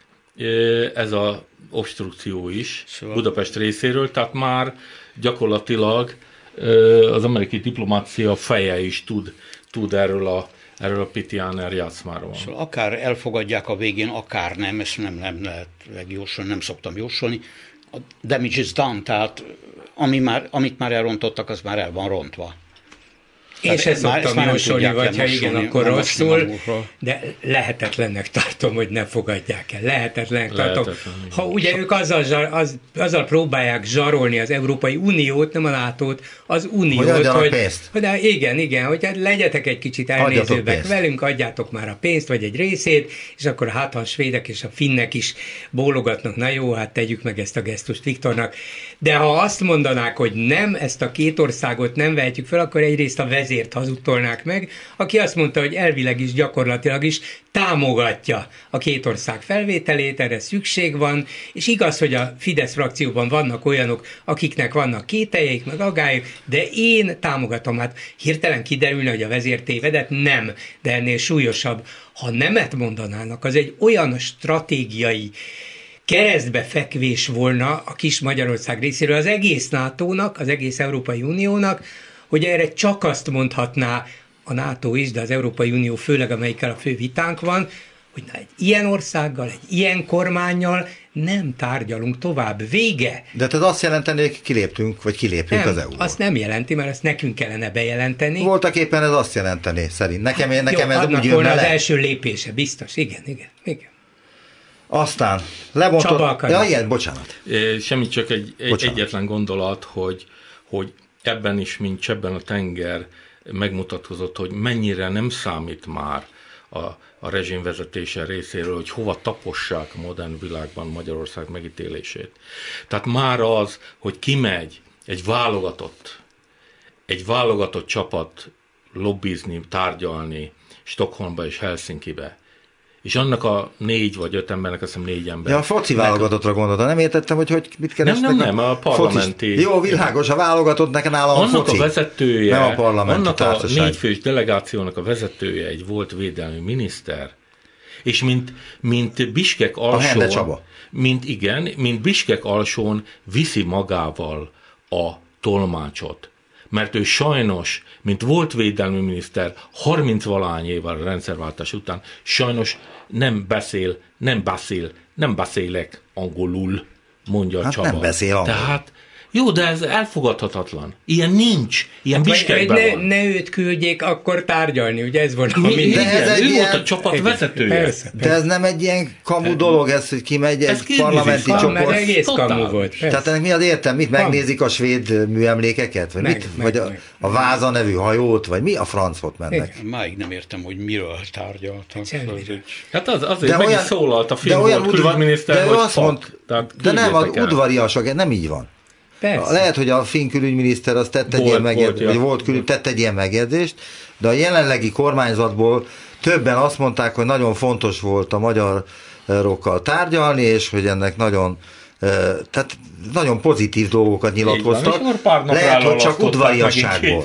[SPEAKER 3] ez az obstrukció is Budapest részéről, tehát már gyakorlatilag az amerikai diplomácia feje is tud erről a Pitiáner játszmáról.
[SPEAKER 4] Szóval akár elfogadják a végén, akár nem, ezt nem lehet megjósolni, nem szoktam jósolni. A damage is done, tehát amit már elrontottak, az már el van rontva.
[SPEAKER 5] Én se szoktam jósolni, vagy ha igen, akkor rosszul, de lehetetlennek tartom, hogy ne fogadják el. Lehetetlennek tartom. Ha ugye ők azzal próbálják zsarolni az Európai Uniót, nem a NATO-t, az Uniót, hogy igen, hogy legyetek egy kicsit elnézőbbek velünk, adjátok már a pénzt, vagy egy részét, és akkor hát a svédek és a finnek is bólogatnak, na jó, hát tegyük meg ezt a gesztust Viktornak. De ha azt mondanák, hogy nem, ezt a két országot nem vehetjük fel, akkor egyrészt a vezért hazudtolnák meg, aki azt mondta, hogy elvileg is, gyakorlatilag is támogatja a két ország felvételét, erre szükség van, és igaz, hogy a Fidesz frakcióban vannak olyanok, akiknek vannak kételjeik, meg aggályok, de én támogatom. Hát hirtelen kiderülne, hogy a vezér tévedett? Nem, de ennél súlyosabb. Ha nemet mondanának, az egy olyan stratégiai keresztbe fekvés volna a kis Magyarország részéről az egész NATO-nak, az egész Európai Uniónak, hogy erre csak azt mondhatná a NATO is, de az Európai Unió főleg, amelyikkel a fő vitánk van, hogy na, egy ilyen országgal, egy ilyen kormánnyal nem tárgyalunk tovább. Vége.
[SPEAKER 2] De tehát azt jelenteni, hogy kiléptünk, vagy kilépünk az EU-ból.
[SPEAKER 5] Azt nem jelenti, mert azt nekünk kellene bejelenteni.
[SPEAKER 2] Voltak éppen ez azt jelenteni, szerint. Nekem ez úgy jönne
[SPEAKER 5] volna
[SPEAKER 2] le.
[SPEAKER 5] Az első lépése, biztos. Igen.
[SPEAKER 2] Aztán lebontott... Ja, igen, bocsánat.
[SPEAKER 3] Semmi, csak egyetlen gondolat, hogy ebben is, mint csebben a tenger, megmutatkozott, hogy mennyire nem számít már a rezsim vezetése részéről, hogy hova tapossák a modern világban Magyarország megítélését. Tehát már az, hogy kimegy egy válogatott csapat lobbizni, tárgyalni Stockholmba és Helsinkibe, és annak a 4 vagy 5 embernek, azt hiszem 4 ember.
[SPEAKER 2] Ja, a foci válogatottra gondoltam, nem értettem, hogy mit kerestek.
[SPEAKER 3] Nem, a parlamenti.
[SPEAKER 2] Jó, világos, a válogatott nekem nálam a foci.
[SPEAKER 3] Annak a vezetője,
[SPEAKER 2] nem a parlamenti
[SPEAKER 3] annak
[SPEAKER 2] társaság.
[SPEAKER 3] A 4 fős delegációnak a vezetője egy volt védelmi miniszter, és mint Biskek alsón, mint Biskek alsón viszi magával a tolmácsot. Mert ő sajnos, mint volt védelmi miniszter, 30-valány évvel a rendszerváltás után, sajnos nem beszélek angolul, mondja Csaba.
[SPEAKER 2] Nem beszél angolul.
[SPEAKER 3] Tehát, jó, de ez elfogadhatatlan. Ilyen nincs. Ilyen Biskekben van.
[SPEAKER 5] Ne őt küldjék akkor tárgyalni, ugye ez volt a
[SPEAKER 3] ő volt a csapat vezetője.
[SPEAKER 5] Persze.
[SPEAKER 2] De ez nem egy ilyen kamu dolog, ez, hogy kimegy egy parlamenti csoport.
[SPEAKER 5] Ez egész kamu volt. Persze.
[SPEAKER 2] Tehát ennek mi az értelme? Mit megnézik a svéd műemlékeket? Vagy vagy a Váza nevű hajót? Vagy mi a francot mennek?
[SPEAKER 4] Máig nem értem, hogy miről tárgyaltak.
[SPEAKER 3] Hát azért meg is szólalt a finn volt külügyminiszter, hogy
[SPEAKER 2] de nem, az udvariasak, nem így van.
[SPEAKER 5] Persze.
[SPEAKER 2] Lehet, hogy a finn külügyminiszter az tett egy ilyen megjegyzést, de a jelenlegi kormányzatból többen azt mondták, hogy nagyon fontos volt a magyarokkal tárgyalni, és hogy ennek nagyon pozitív dolgokat nyilatkoztak. Lehet, hogy csak udvariasságból.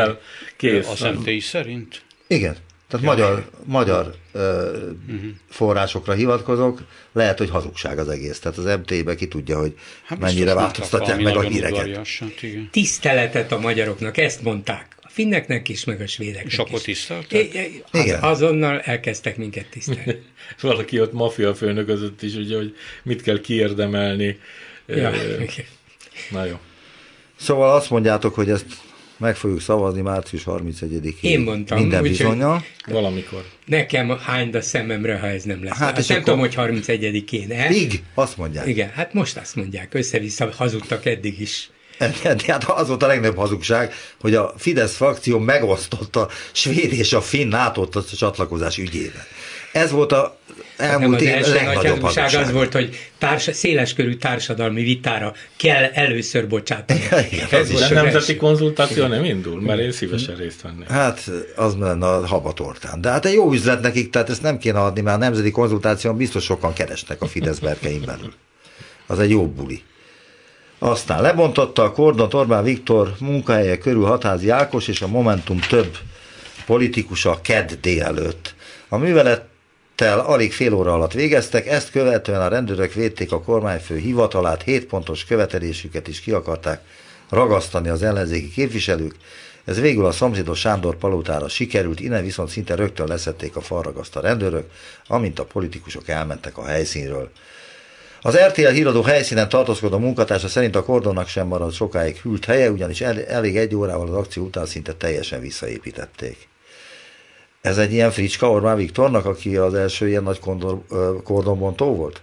[SPEAKER 4] A Szentély szerint?
[SPEAKER 2] Igen. Tehát magyar forrásokra hivatkozok, lehet, hogy hazugság az egész. Tehát az MT-be ki tudja, hogy mennyire változtatják meg a híreket.
[SPEAKER 5] Tiszteletet a magyaroknak, ezt mondták. A finneknek is, meg a svédeknek
[SPEAKER 4] és akkor tiszteltek?
[SPEAKER 2] Igen.
[SPEAKER 5] Azonnal elkezdtek minket tisztelni.
[SPEAKER 3] Valaki ott maffia főnöközött is, ugye, hogy mit kell kiérdemelni.
[SPEAKER 5] Ja,
[SPEAKER 3] na jó.
[SPEAKER 2] Szóval azt mondjátok, hogy ezt meg fogjuk szavazni március 31-én.
[SPEAKER 5] Én mondtam.
[SPEAKER 2] Minden bizonnyal.
[SPEAKER 3] Valamikor.
[SPEAKER 5] Nekem hányd a szememre, ha ez nem lesz.
[SPEAKER 2] Hát
[SPEAKER 5] azt nem tudom, hogy 31-én.
[SPEAKER 2] Míg? Azt mondják.
[SPEAKER 5] Igen, hát most azt mondják. Össze-vissza hazudtak eddig is.
[SPEAKER 2] Hát az volt a legnagyobb hazugság, hogy a Fidesz frakció megosztotta a svéd és a finn NATO csatlakozás ügyében. Ez volt a elmúlt év legnagyobb hazugság.
[SPEAKER 5] Az volt, hogy széleskörű társadalmi vitára kell először bocsátani.
[SPEAKER 3] Ez volt a nemzeti konzultáció nem indul, mert én szívesen részt vennék.
[SPEAKER 2] Hát az lenne a habatortán. De hát egy jó üzlet nekik, tehát ezt nem kéne adni, mert a nemzeti konzultáción biztos sokan keresnek a Fidesz berkein belül. Az egy jó buli. Aztán lebontotta a kordont Orbán Viktor munkahelye körül Hatházi Ákos és a Momentum több politikusa kedd délelőtt. A művelettel alig fél óra alatt végeztek, ezt követően a rendőrök védték a kormányfő hivatalát, 7 pontos követelésüket is ki akarták ragasztani az ellenzéki képviselők. Ez végül a szomszédos Sándor palotára sikerült, innen viszont szinte rögtön leszették a falragaszt a rendőrök, amint a politikusok elmentek a helyszínről. Az RTL híradó helyszínen tartózkodó munkatársa szerint a kordonnak sem maradt sokáig hűlt helye, ugyanis elég 1 órával az akció után szinte teljesen visszaépítették. Ez egy ilyen fricska Orbán Viktornak, aki az első ilyen nagy kordonbontó volt?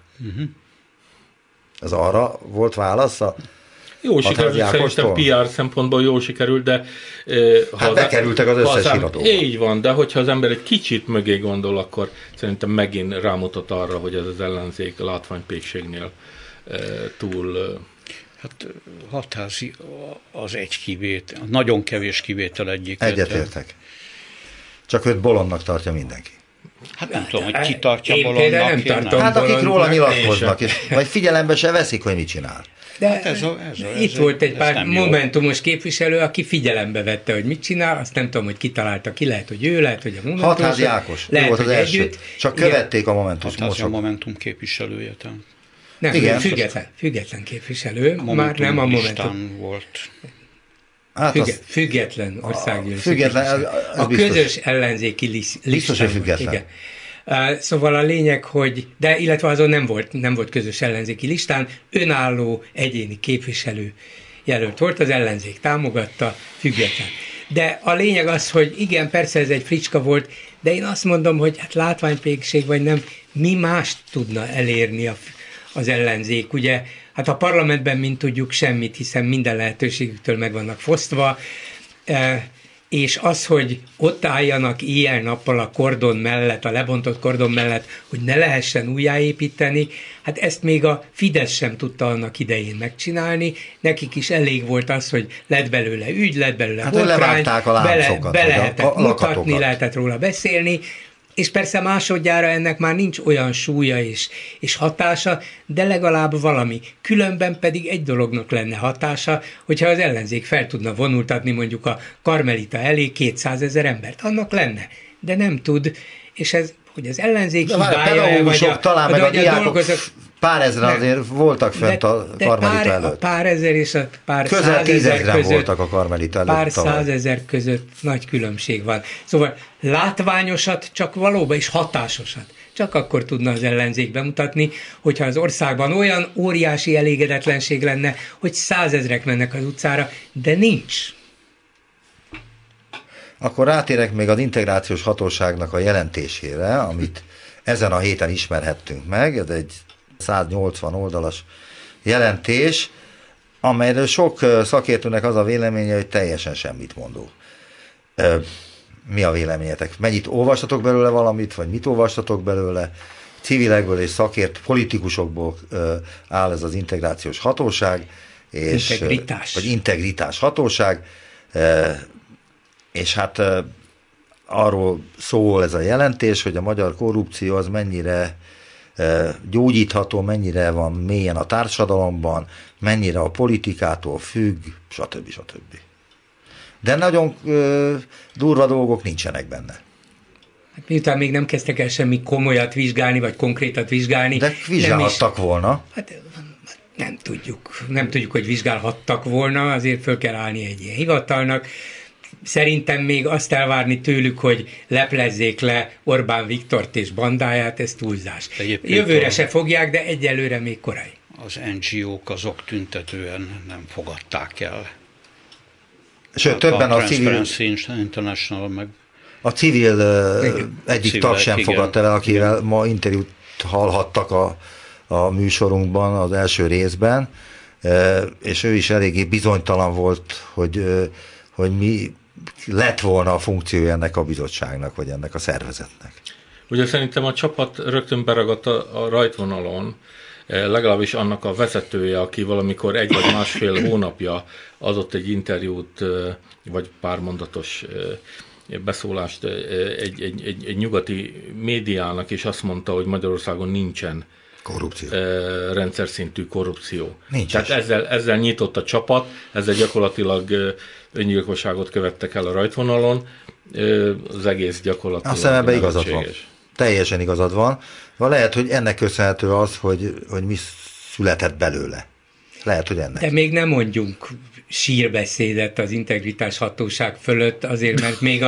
[SPEAKER 2] Ez arra volt válasz?
[SPEAKER 3] Jó sikerült, szerintem PR szempontból jól sikerült, de...
[SPEAKER 2] Hát bekerültek az összes híradóba.
[SPEAKER 3] Így van, de hogyha az ember egy kicsit mögé gondol, akkor szerintem megint rámutat arra, hogy ez az ellenzék látványpékségnél túl...
[SPEAKER 4] Hát Hatházi az egy kivétel, nagyon kevés kivétel egyik.
[SPEAKER 2] Egyetértek. Csak őt bolondnak tartja mindenki.
[SPEAKER 4] Hát nem tudom, hogy ki tartja
[SPEAKER 5] én
[SPEAKER 4] bolondnak.
[SPEAKER 5] nem tartom.
[SPEAKER 2] Hát akik róla
[SPEAKER 5] bolondnak,
[SPEAKER 2] nyilatkoznak, vagy figyelembe se veszik, hogy mit csinál.
[SPEAKER 5] De
[SPEAKER 4] Hát
[SPEAKER 5] itt volt egy pár
[SPEAKER 4] nem jó.
[SPEAKER 5] momentumos képviselő, aki figyelembe vette, hogy mit csinál, azt nem tudom, hogy kitalálta ki, lehet, hogy ő, lehet, hogy a Momentumos.
[SPEAKER 2] Hatházi Ákos, ő
[SPEAKER 5] lehet,
[SPEAKER 2] volt az
[SPEAKER 5] hogy
[SPEAKER 2] első.
[SPEAKER 5] együtt.
[SPEAKER 2] Csak követték a Momentumos.
[SPEAKER 4] Hatházi a Momentum képviselője. Tehát.
[SPEAKER 5] Nem,
[SPEAKER 2] Igen.
[SPEAKER 5] független képviselő,
[SPEAKER 4] A
[SPEAKER 5] már nem a Momentum.
[SPEAKER 4] listán volt.
[SPEAKER 2] Hát az,
[SPEAKER 5] Független országgyűlési
[SPEAKER 2] független,
[SPEAKER 5] képviselő.
[SPEAKER 2] ez
[SPEAKER 5] A
[SPEAKER 2] biztos.
[SPEAKER 5] közös ellenzéki listán.
[SPEAKER 2] Biztos, hogy független.
[SPEAKER 5] Igen. Szóval a lényeg, hogy, de illetve azon nem volt közös ellenzéki listán, önálló egyéni képviselő jelölt volt, az ellenzék támogatta, független. De a lényeg az, hogy igen, persze ez egy fricska volt, de én azt mondom, hogy hát látványpékség vagy nem, mi mást tudna elérni az ellenzék. Ugye, hát a parlamentben, mint tudjuk, semmit, hiszen minden lehetőségüktől meg vannak fosztva, és az, hogy ott álljanak éjjel-nappal a kordon mellett, a lebontott kordon mellett, hogy ne lehessen újjáépíteni, hát ezt még a Fidesz sem tudta annak idején megcsinálni. Nekik is elég volt az, hogy lett belőle ügy, lett belőle
[SPEAKER 2] hát
[SPEAKER 5] botrány,
[SPEAKER 2] levágták a láncokat,
[SPEAKER 5] be lehetett
[SPEAKER 2] a
[SPEAKER 5] mutatni,
[SPEAKER 2] lakatokat.
[SPEAKER 5] lehetett róla beszélni, és persze másodjára ennek már nincs olyan súlya és hatása, de legalább valami. Különben pedig egy dolognak lenne hatása, hogyha az ellenzék fel tudna vonultatni mondjuk a Karmelita elé 200 000 embert. Annak lenne, de nem tud, és ez, hogy az ellenzék hibája, vagy
[SPEAKER 2] talán meg a diákok pár ezeren
[SPEAKER 5] nem.
[SPEAKER 2] azért voltak fent a Karmelita előtt.
[SPEAKER 5] A pár ezer és a pár
[SPEAKER 2] Közel 10
[SPEAKER 5] százezer
[SPEAKER 2] 000
[SPEAKER 5] között,
[SPEAKER 2] voltak a Karmelita előtt.
[SPEAKER 5] pár
[SPEAKER 2] tavaly.
[SPEAKER 5] százezer között nagy különbség van. Szóval látványosat, csak valóban is hatásosat. Csak akkor tudna az ellenzék bemutatni, hogyha az országban olyan óriási elégedetlenség lenne, hogy 100 000 mennek az utcára, de nincs.
[SPEAKER 2] Akkor rátérek még az integrációs hatóságnak a jelentésére, amit ezen a héten ismerhettünk meg. Ez egy 180 oldalas jelentés, amelyről sok szakértőnek az a véleménye, hogy teljesen semmit mondó. Mi a véleményetek? Mennyit olvastatok belőle valamit, vagy mit olvastatok belőle? Civilekből és politikusokból áll ez az integrációs hatóság. És,
[SPEAKER 5] Integritás.
[SPEAKER 2] Vagy integritás hatóság. És hát arról szól ez a jelentés, hogy a magyar korrupció az mennyire gyógyítható, mennyire van mélyen a társadalomban, mennyire a politikától függ, stb. De nagyon durva dolgok nincsenek benne.
[SPEAKER 5] Hát miután még nem kezdtek el semmi komolyat vizsgálni, vagy konkrétat vizsgálni.
[SPEAKER 2] De vizsgálhattak volna.
[SPEAKER 5] Hát nem tudjuk, hogy vizsgálhattak volna, azért föl kell állni egy ilyen hivatalnak. Szerintem még azt elvárni tőlük, hogy leplezzék le Orbán Viktort és bandáját, ez túlzás. Jövőre se fogják, de egyelőre még korai.
[SPEAKER 4] Az NGO-k azok tüntetően nem fogadták el.
[SPEAKER 2] Sőt, többen a civil...
[SPEAKER 4] Transparency International meg...
[SPEAKER 2] A civil egyik tag sem fogadta el, akivel ma interjút hallhattak a műsorunkban, az első részben, és ő is eléggé bizonytalan volt, hogy mi lett volna a funkciója ennek a bizottságnak, vagy ennek a szervezetnek.
[SPEAKER 3] Ugye szerintem a csapat rögtön beragadt a rajtvonalon, legalábbis annak a vezetője, aki valamikor 1 vagy másfél hónapja adott egy interjút, vagy pár mondatos beszólást egy nyugati médiának, és azt mondta, hogy Magyarországon nincsen
[SPEAKER 2] korrupció.
[SPEAKER 3] Rendszer szintű korrupció.
[SPEAKER 2] Nincs.
[SPEAKER 3] Tehát ezzel nyitott a csapat, ezzel gyakorlatilag öngyilkosságot követtek el a rajtvonalon, az egész gyakorlatilag
[SPEAKER 2] Azt hiszem, ebben igazad van. Teljesen igazad van. Lehet, hogy ennek köszönhető az, hogy mi született belőle. Lehet, hogy ennek.
[SPEAKER 5] De még nem mondjunk sírbeszédet az integritás hatóság fölött, azért,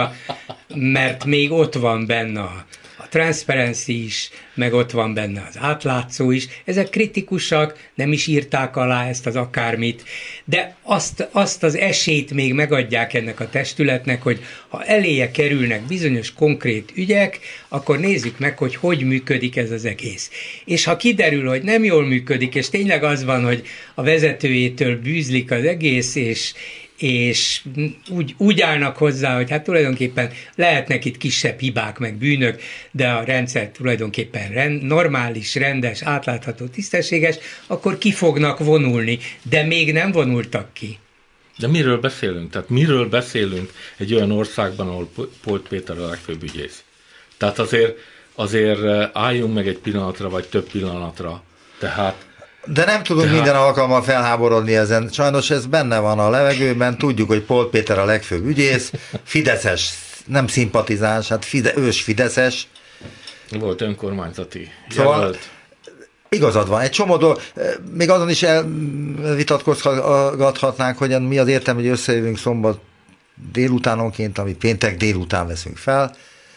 [SPEAKER 5] mert még ott van benne a Transparency is, meg ott van benne az átlátszó is. Ezek kritikusak, nem is írták alá ezt az akármit, de azt az esélyt még megadják ennek a testületnek, hogy ha eléje kerülnek bizonyos konkrét ügyek, akkor nézzük meg, hogy működik ez az egész. És ha kiderül, hogy nem jól működik, és tényleg az van, hogy a vezetőjétől bűzlik az egész, és úgy állnak hozzá, hogy hát tulajdonképpen lehetnek itt kisebb hibák, meg bűnök, de a rendszer tulajdonképpen normális, rendes, átlátható, tisztességes, akkor ki fognak vonulni, de még nem vonultak ki.
[SPEAKER 3] De miről beszélünk? Tehát miről beszélünk egy olyan országban, ahol Polt Péter a legfőbb ügyész? Tehát azért álljunk meg egy pillanatra, vagy több pillanatra.
[SPEAKER 2] De nem tudunk minden alkalommal felháborodni ezen. Sajnos ez benne van a levegőben. Tudjuk, hogy Polt Péter a legfőbb ügyész, fideszes, nem szimpatizáns, hát ős fideszes.
[SPEAKER 3] Volt önkormányzati
[SPEAKER 2] szóval
[SPEAKER 3] jelölt.
[SPEAKER 2] Igazad van. Egy csomó dolog, még azon is elvitatkozhatnánk, hogy mi az értelme, hogy összejövünk szombat délutánonként, amit péntek délután veszünk fel,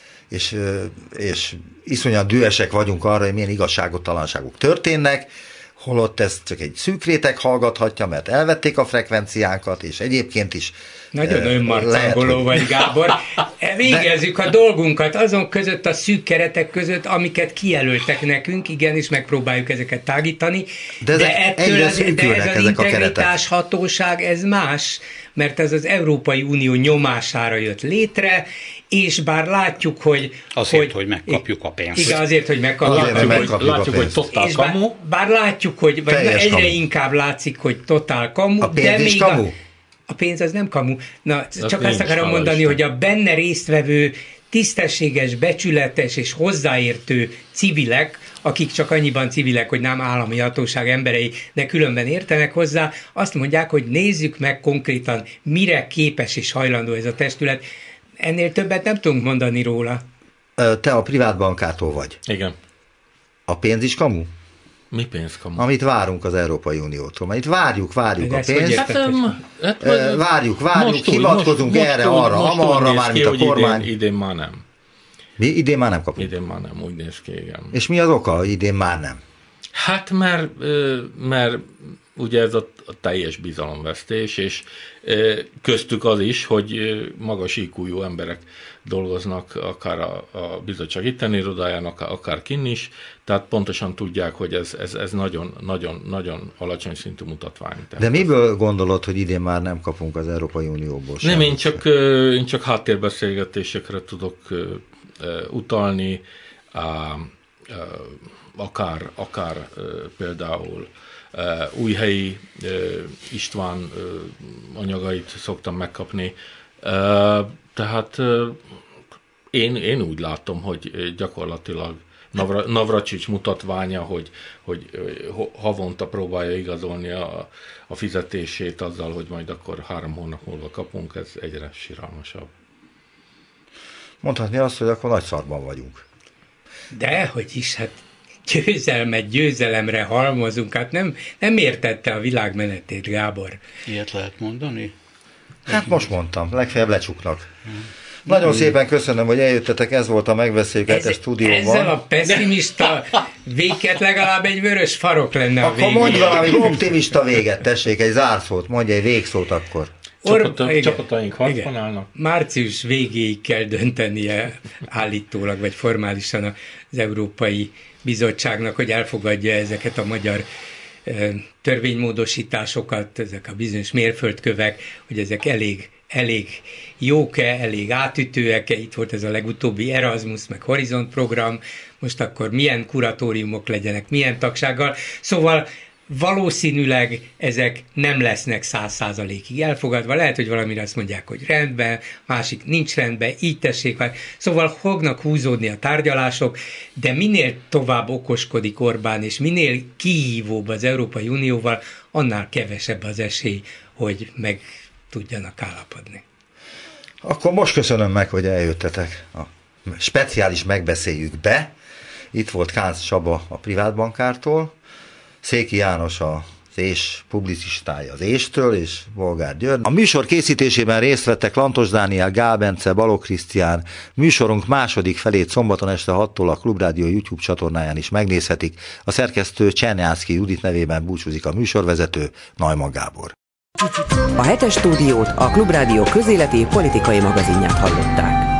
[SPEAKER 2] és iszonyan dühösek vagyunk arra, hogy milyen igazságtalanságok történnek, holott ezt csak egy szűk réteg hallgathatja, mert elvették a frekvenciánkat, és egyébként is
[SPEAKER 5] nagyon önmarcangoló vagy, Gábor. Végezzük a dolgunkat azon között, a szűk keretek között, amiket kijelöltek nekünk, igenis megpróbáljuk ezeket tágítani, de ettől ez az integritás hatóság, ez más, mert ez az Európai Unió nyomására jött létre, és bár látjuk, hogy...
[SPEAKER 4] Azért, hogy megkapjuk a pénzt.
[SPEAKER 5] Igen, azért, hogy
[SPEAKER 3] Látjuk, hogy totál kamu.
[SPEAKER 5] Bár látjuk, hogy egyre inkább látszik, hogy totál kamu,
[SPEAKER 2] de még kamu.
[SPEAKER 5] A pénz az nem kamu. Na, csak azt akarom mondani, hogy a benne résztvevő tisztességes, becsületes és hozzáértő civilek, akik csak annyiban civilek, hogy nem állami hatóság emberei, de különben értenek hozzá, azt mondják, hogy nézzük meg konkrétan, mire képes és hajlandó ez a testület. Ennél többet nem tudunk mondani róla.
[SPEAKER 2] Te a privát bankától vagy.
[SPEAKER 3] Igen.
[SPEAKER 2] A pénz is kamu?
[SPEAKER 3] Mi pénz kamu?
[SPEAKER 2] Amit várunk az Európai Uniótól. Mert itt várjuk a pénzt. Várjuk, hivatkozunk erre, arra, már mint a kormány.
[SPEAKER 3] Idén már nem.
[SPEAKER 2] Mi? Idén már nem kapunk?
[SPEAKER 3] Idén már nem, úgy néz ki, igen.
[SPEAKER 2] És mi az oka, idén már nem?
[SPEAKER 3] Hát mert ugye ez a teljes bizalomvesztés, és köztük az is, hogy magas IQ-jú emberek dolgoznak akár a bizottság itteni irodáján, akár kinn is, tehát pontosan tudják, hogy ez nagyon alacsony szintű mutatvány.
[SPEAKER 2] De miből gondolod, hogy idén már nem kapunk az Európai Unióból semmit?
[SPEAKER 3] Nem, én csak háttérbeszélgetésekre tudok utalni, akár például Újhelyi István anyagait szoktam megkapni. Tehát én úgy látom, hogy gyakorlatilag Navracsics mutatványa, hogy havonta próbálja igazolni a fizetését azzal, hogy majd akkor 3 hónap múlva kapunk, ez egyre siralmasabb.
[SPEAKER 2] Mondhatni azt, hogy akkor nagy szarban vagyunk.
[SPEAKER 5] Dehogy is, hát győzelemre halmozunk, hát nem értette a világ menetét, Gábor.
[SPEAKER 4] Ilyet lehet mondani?
[SPEAKER 2] Hát most mondtam, legfeljebb lecsuknak. Nagyon szépen köszönöm, hogy eljöttetek, ez volt a megbeszélgetés a stúdióban.
[SPEAKER 5] Ezzel a pessimista véget legalább egy vörös farok lenne a végén.
[SPEAKER 2] Akkor mondj valami optimista véget, tessék, egy zárszót, mondj egy végszót akkor.
[SPEAKER 3] Csapataink harcban állnak.
[SPEAKER 5] Március végéig kell döntenie állítólag, vagy formálisan az Európai Bizottságnak, hogy elfogadja ezeket a magyar törvénymódosításokat, ezek a bizonyos mérföldkövek, hogy ezek elég jók-e, elég átütőek-e, itt volt ez a legutóbbi Erasmus, meg Horizont program, most akkor milyen kuratóriumok legyenek, milyen tagsággal, szóval valószínűleg ezek nem lesznek 100%-ig elfogadva, lehet, hogy valamire azt mondják, hogy rendben, másik nincs rendben, így tessék, szóval fognak húzódni a tárgyalások, de minél tovább okoskodik Orbán, és minél kihívóbb az Európai Unióval, annál kevesebb az esély, hogy meg tudjanak állapodni.
[SPEAKER 2] Akkor most köszönöm meg, hogy eljöttetek. A speciális megbeszéljük be. Itt volt Kánz Csaba a privátbankártól, Széki János az ÉS publicistája az ÉS-től, és Bolgár György. A műsor készítésében részt vettek Lantos Dániel, Gál Bence, Balogh Krisztián. Műsorunk második felét szombaton este 6-tól a Klubrádió YouTube csatornáján is megnézhetik. A szerkesztő Csernyánszky Judit nevében búcsúzik a műsorvezető, Neumann Gábor.
[SPEAKER 1] A hetes stúdiót, a Klubrádió közéleti politikai magazinját hallották.